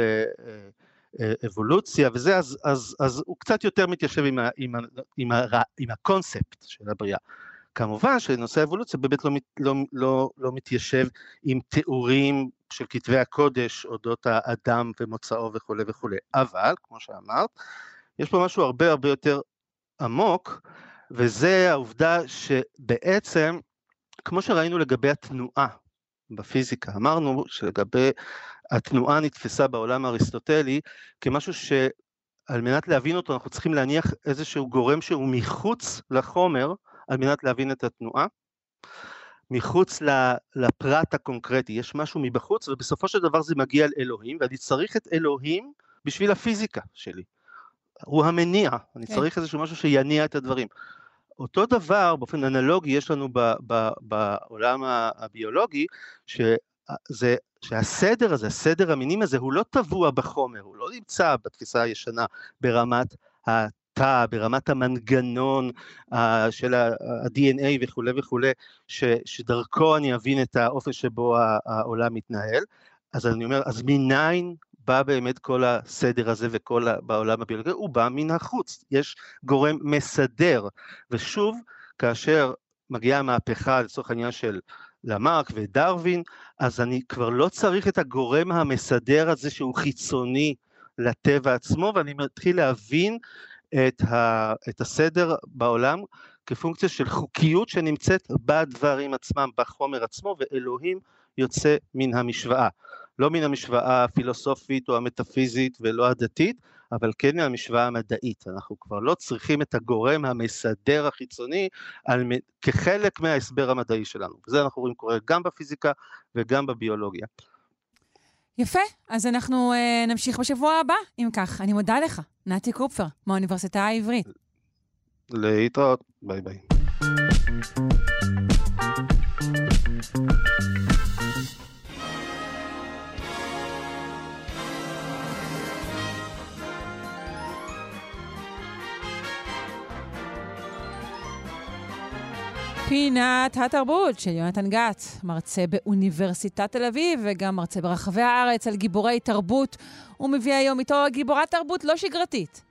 אבולוציה וזה, אז, אז, אז הוא קצת יותר מתיישב עם, ה, עם, ה, עם, ה, עם הקונספט של הבריאה. כמובן שנושא האבולוציה באמת לא, לא, לא, לא מתיישב עם תיאורים של כתבי הקודש, אודות האדם ומוצאו וכו' וכו'. אבל, כמו שאמרת, יש פה משהו הרבה הרבה יותר עמוק, וזה העובדה שבעצם, כמו שראינו לגבי התנועה בפיזיקה, אמרנו שלגבי התנועה נתפסה בעולם האריסטוטלי כמשהו שעל מנת להבין אותו אנחנו צריכים להניח איזשהו גורם שהוא מחוץ לחומר על מנת להבין את התנועה, מחוץ לפרט הקונקרטי, יש משהו מבחוץ ובסופו של דבר זה מגיע אל אלוהים, ואני צריך את אלוהים בשביל הפיזיקה שלי, הוא המניע, אני צריך איזשהו משהו שיניע את הדברים. אותו דבר באופן אנלוגי יש לנו ב, ב, בעולם הביולוגי, שזה, שהסדר הזה, הסדר המינים הזה, הוא לא טבוע בחומר, הוא לא נמצא בתפיסה הישנה ברמת התא, ברמת המנגנון uh, של ה-די אן איי וכו' וכו', ש, שדרכו אני אבין את האופן שבו העולם מתנהל. אז אני אומר, אז מניין בא באמת כל הסדר הזה וכל בעולם הביולוגי, הוא בא מן החוץ, יש גורם מסדר, ושוב, כאשר מגיעה המהפכה לצורך העניין של למרק ודרווין, אז אני כבר לא צריך את הגורם המסדר הזה שהוא חיצוני לטבע עצמו, ואני מתחיל להבין את, ה, את הסדר בעולם כפונקציה של חוקיות שנמצאת בדברים עצמם, בחומר עצמו, ואלוהים יוצא מן המשוואה. לא מן המשוואה הפילוסופית או המטאפיזית ולא הדתית, אבל כן מן המשוואה המדעית. אנחנו כבר לא צריכים את הגורם המסדר החיצוני על, כחלק מההסבר המדעי שלנו. וזה אנחנו רואים קורה גם בפיזיקה וגם בביולוגיה. יפה, אז אנחנו uh, נמשיך בשבוע הבא, אם כך. אני מודה לך, נתי קופפר, מהאוניברסיטה העברית. להתראות, ביי ביי. פינת התרבות של יונתן גת, מרצה באוניברסיטת תל אביב וגם מרצה ברחבי הארץ על גיבורי תרבות, הוא מביא היום איתו גיבורת תרבות לא שגרתית.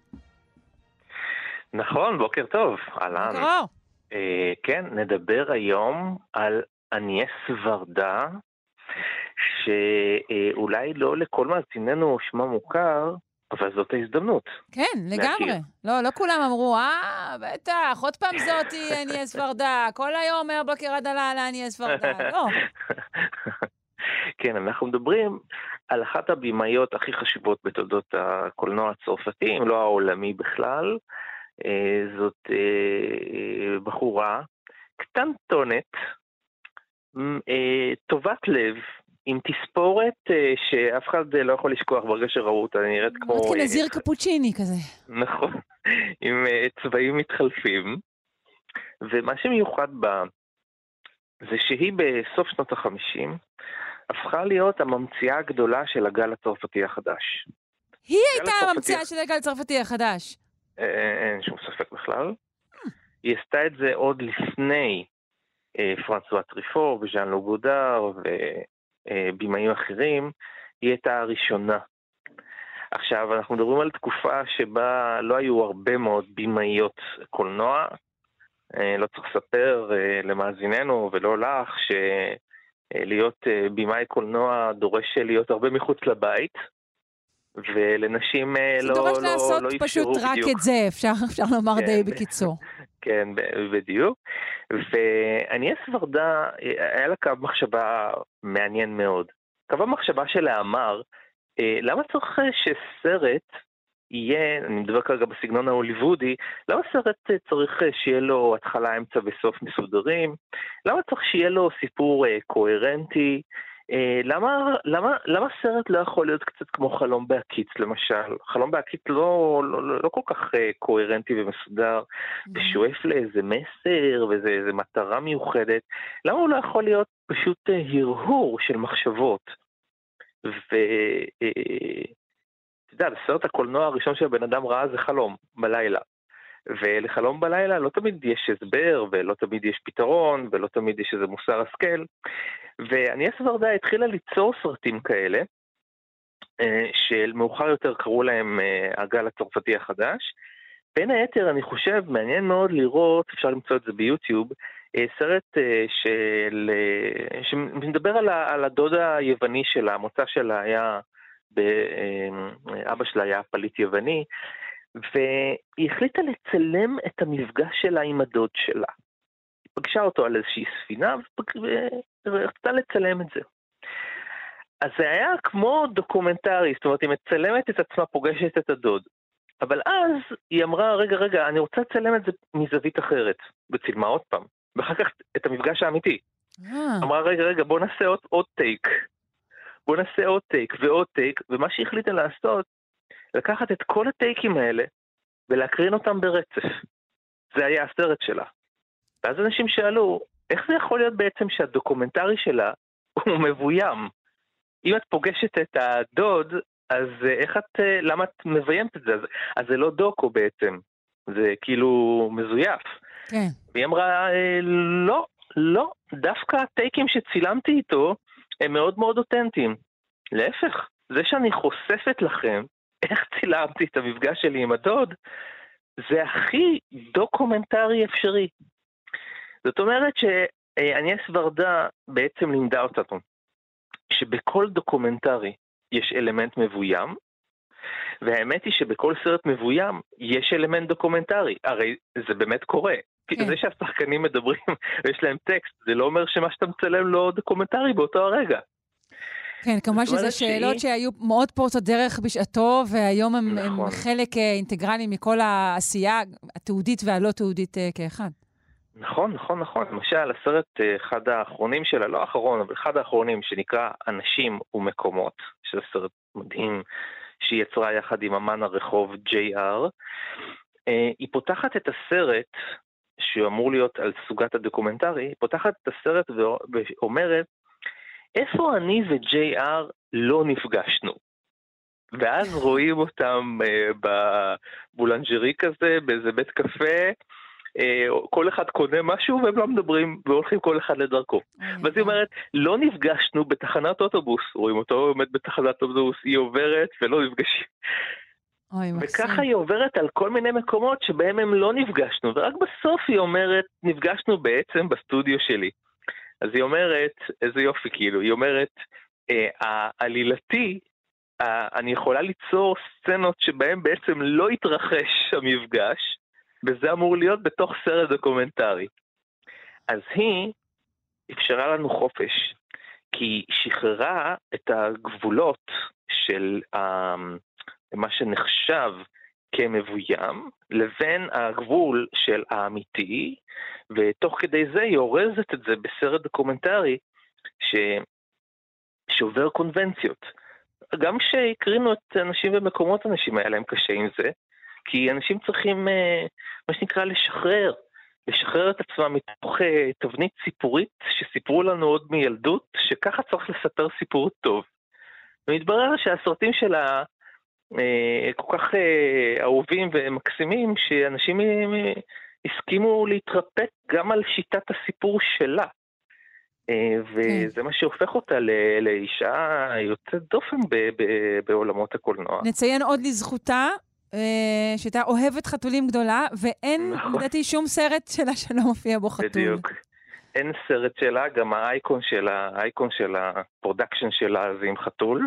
נכון, בוקר טוב, אהלן. בוקר אור. אה, כן, נדבר היום על אניאס ורדה, שאולי לא לכל מאזיננו שמה מוכר, אבל זאת ההזדמנות. כן, לגמרי. לא, לא כולם אמרו, אה, בטח, עוד פעם זאתי אניאס ורדה, כל היום מהבוקר עד הלילה אניאס ורדה, לא. כן, אנחנו מדברים על אחת הבימאיות הכי חשובות בתולדות הקולנוע הצרפתי, אם לא העולמי בכלל. זאת בחורה קטנטונת, טובת לב, עם תספורת שאף אחד לא יכול לשכוח ברגע שראו אותה, נראית כמו... נראית כנזיר קפוצ'יני כזה. נכון, עם צבעים מתחלפים. ומה שמיוחד בה, זה שהיא בסוף שנות החמישים, הפכה להיות הממציאה הגדולה של הגל הצרפתי החדש. היא הייתה הממציאה של הגל הצרפתי החדש. אין שום ספק בכלל. היא עשתה את זה עוד לפני פרנסואה טריפור וז'אן לוק גודר ובימאים אחרים. היא הייתה הראשונה. עכשיו, אנחנו מדברים על תקופה שבה לא היו הרבה מאוד בימאיות קולנוע. לא צריך לספר למאזיננו ולא לך שלהיות בימאי קולנוע דורש להיות הרבה מחוץ לבית, ולנשים לא, לא, לא אפשרו בדיוק. זה דורש לעשות פשוט רק את זה, אפשר, אפשר לומר כן, די בקיצור. כן, בדיוק. ואניאס ורדה, היה לה קו מחשבה מעניין מאוד. קו המחשבה שלה אמר, למה צריך שסרט יהיה, אני מדבר כרגע בסגנון ההוליוודי, למה סרט צריך שיהיה לו התחלה, אמצע וסוף מסודרים? למה צריך שיהיה לו סיפור קוהרנטי? למה, למה, למה סרט לא יכול להיות קצת כמו חלום בהקיץ, למשל? חלום בהקיץ לא, לא, לא כל כך קוהרנטי ומסודר, ושואף לאיזה מסר ואיזה מטרה מיוחדת. למה הוא לא יכול להיות פשוט הרהור של מחשבות? ו... אתה יודע, בסרט הקולנוע הראשון שהבן אדם ראה זה חלום בלילה. ולחלום בלילה לא תמיד יש הסבר, ולא תמיד יש פתרון, ולא תמיד יש איזה מוסר השכל. ואניאס ורדה התחילה ליצור סרטים כאלה, של מאוחר יותר קראו להם הגל הצרפתי החדש. בין היתר, אני חושב, מעניין מאוד לראות, אפשר למצוא את זה ביוטיוב, סרט של, שמדבר על, על הדוד היווני שלה, המוצא שלה היה, אבא שלה היה פליט יווני, והיא החליטה לצלם את המפגש שלה עם הדוד שלה. היא פגשה אותו על איזושהי ספינה, ורצתה לצלם את זה. אז זה היה כמו דוקומנטרי, זאת אומרת, היא מצלמת את עצמה, פוגשת את הדוד. אבל אז היא אמרה, רגע, רגע, אני רוצה לצלם את זה מזווית אחרת, וצילמה עוד פעם. ואחר כך את המפגש האמיתי. אמרה, רגע, רגע, בוא נעשה עוד, עוד טייק. בוא נעשה עוד טייק ועוד טייק, ומה שהחליטה לעשות, לקחת את כל הטייקים האלה, ולהקרין אותם ברצף. זה היה הסרט שלה. ואז אנשים שאלו, איך זה יכול להיות בעצם שהדוקומנטרי שלה הוא מבוים? אם את פוגשת את הדוד, אז איך את, למה את מביימת את זה? אז, אז זה לא דוקו בעצם. זה כאילו מזויף. כן. והיא אמרה, לא, לא, דווקא הטייקים שצילמתי איתו, הם מאוד מאוד אותנטיים. להפך, זה שאני חושפת לכם, איך צילמתי את המפגש שלי עם הדוד, זה הכי דוקומנטרי אפשרי. זאת אומרת שאניאס ורדה בעצם לימדה אותנו, שבכל דוקומנטרי יש אלמנט מבוים, והאמת היא שבכל סרט מבוים יש אלמנט דוקומנטרי. הרי זה באמת קורה. כן. זה שהשחקנים מדברים ויש להם טקסט, זה לא אומר שמה שאתה מצלם לא דוקומנטרי באותו הרגע. כן, כמובן שזה שאלות שהיא... שהיו מאוד פורצות דרך בשעתו, והיום הם, נכון. הם חלק אינטגרלי מכל העשייה התעודית והלא תעודית כאחד. נכון, נכון, נכון. למשל, הסרט, אחד האחרונים שלה, לא האחרון, אבל אחד האחרונים שנקרא אנשים ומקומות, שזה סרט מדהים שהיא יצרה יחד עם אמן הרחוב ג'יי אר, היא פותחת את הסרט, שהוא אמור להיות על סוגת הדוקומנטרי, היא פותחת את הסרט ואומרת, איפה אני ו-ג'יי אר לא נפגשנו? ואז רואים אותם בבולנג'רי כזה, באיזה בית קפה, כל אחד קונה משהו והם לא מדברים והולכים כל אחד לדרכו. ואז היא אומרת, לא נפגשנו בתחנת אוטובוס, רואים אותו עומד בתחנת אוטובוס, היא עוברת ולא נפגשים. וככה היא עוברת על כל מיני מקומות שבהם הם לא נפגשנו, ורק בסוף היא אומרת, נפגשנו בעצם בסטודיו שלי. אז היא אומרת, איזה יופי כאילו, היא אומרת, העלילתי, אני יכולה ליצור סצנות שבהם בעצם לא יתרחש המפגש, וזה אמור להיות בתוך סרט דוקומנטרי. אז היא אפשרה לנו חופש, כי היא שחררה את הגבולות של מה שנחשב כמבוים, לבין הגבול של האמיתי, ותוך כדי זה היא אורזת את זה בסרט דוקומנטרי, ש... שעובר קונבנציות. גם שהקרינו את אנשים במקומות, אנשים היה להם קשה עם זה, כי אנשים צריכים, מה שנקרא, לשחרר, לשחרר את עצמם מתוך תבנית סיפורית, שסיפרו לנו עוד מילדות, שככה צריך לספר סיפור טוב. ומתברר שהסרטים שלה, כל כך אהובים ומקסימים, שאנשים הסכימו להתרפק גם על שיטת הסיפור שלה. וזה מה שהופך אותה לאישה יוצאת דופן בעולמות הקולנוע. נציין עוד לזכותה, שהייתה אוהבת חתולים גדולה, ואין, לדעתי, שום סרט שלה שלא מופיע בו חתול. בדיוק. אין סרט שלה, גם האייקון שלה, האייקון של הפרודקשן שלה זה עם חתול.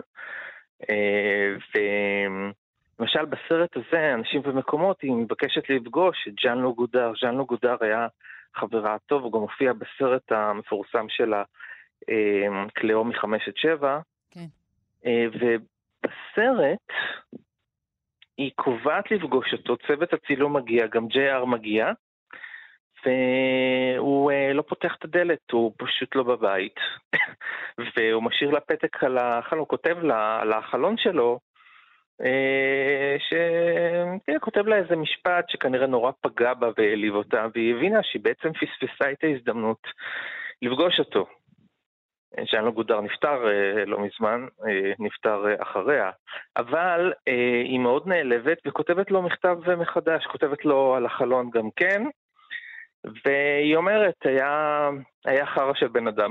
ולמשל בסרט הזה, אנשים במקומות, היא מבקשת לפגוש את ז'אן לו גודר. ז'אן לו גודר היה חברה הטוב, הוא גם מופיע בסרט המפורסם שלה, קליאו מחמש עד שבע. כן. ובסרט, היא קובעת לפגוש אותו, צוות הצילום מגיע, גם ג'יי אר מגיע, והוא לא פותח את הדלת, הוא פשוט לא בבית. והוא משאיר לה פתק על החלון, הוא כותב לה על החלון שלו, שכותב לה איזה משפט שכנראה נורא פגע בה והעליב אותה, והיא הבינה שהיא בעצם פספסה את ההזדמנות לפגוש אותו. ז'אן לו גודר נפטר לא מזמן, נפטר אחריה, אבל היא מאוד נעלבת וכותבת לו מכתב מחדש, כותבת לו על החלון גם כן, והיא אומרת, היה, היה חרא של בן אדם.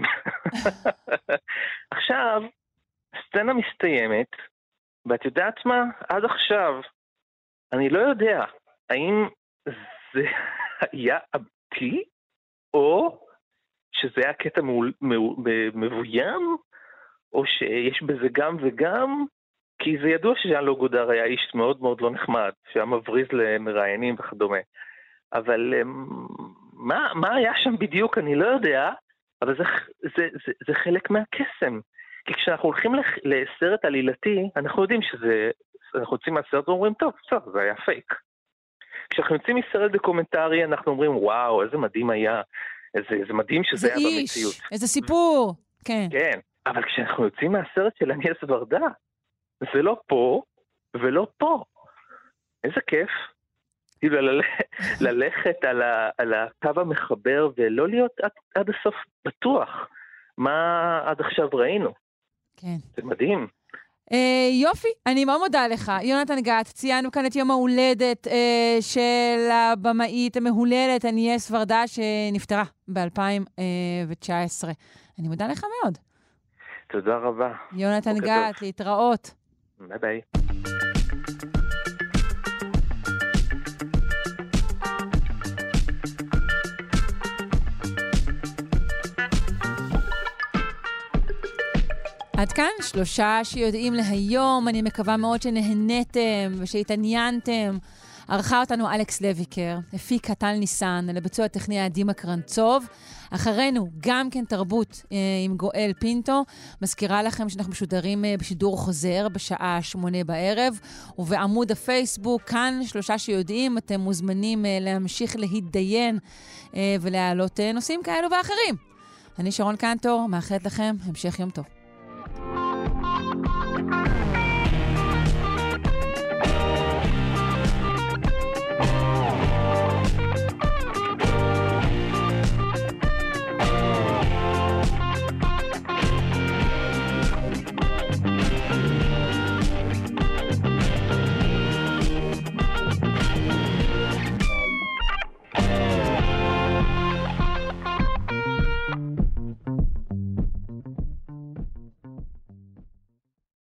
עכשיו, הסצנה מסתיימת, ואת יודעת מה? עד עכשיו, אני לא יודע, האם זה היה אמיתי, או שזה היה קטע מבוים, או שיש בזה גם וגם, כי זה ידוע שז'אן לו גודר היה איש מאוד מאוד לא נחמד, שהיה מבריז למראיינים וכדומה. אבל מה, מה היה שם בדיוק, אני לא יודע, אבל זה, זה, זה, זה חלק מהקסם. כי כשאנחנו הולכים לסרט עלילתי, אנחנו יודעים שזה, אנחנו יוצאים מהסרט ואומרים, טוב, בסדר, זה היה פייק. כשאנחנו יוצאים מסרט דוקומנטרי, אנחנו אומרים, וואו, איזה מדהים היה, איזה, איזה מדהים שזה היה איש, במציאות. איזה סיפור, כן. כן, אבל כשאנחנו יוצאים מהסרט של אניאס ורדה, זה לא פה ולא פה. איזה כיף. כאילו ללכת על, ה, על הקו המחבר ולא להיות עד, עד הסוף בטוח מה עד עכשיו ראינו. כן. זה מדהים. אה, יופי, אני מאוד מודה לך. יונתן גת, ציינו כאן את יום ההולדת אה, של הבמאית המהוללת אניאס ורדה שנפטרה ב-אלפיים תשע עשרה. אני מודה לך מאוד. תודה רבה. יונתן גת, להתראות. ביי ביי. עד כאן שלושה שיודעים להיום, אני מקווה מאוד שנהנתם ושהתעניינתם. ערכה אותנו אלכס לויקר, הפיק טל ניסן, לביצוע הטכני עדימה קרנצוב. אחרינו גם כן תרבות אה, עם גואל פינטו. מזכירה לכם שאנחנו משודרים אה, בשידור חוזר בשעה שמונה בערב, ובעמוד הפייסבוק, כאן שלושה שיודעים, אתם מוזמנים אה, להמשיך להתדיין אה, ולהעלות אה, נושאים כאלו ואחרים. אני שרון קנטור, מאחלת לכם המשך יום טוב.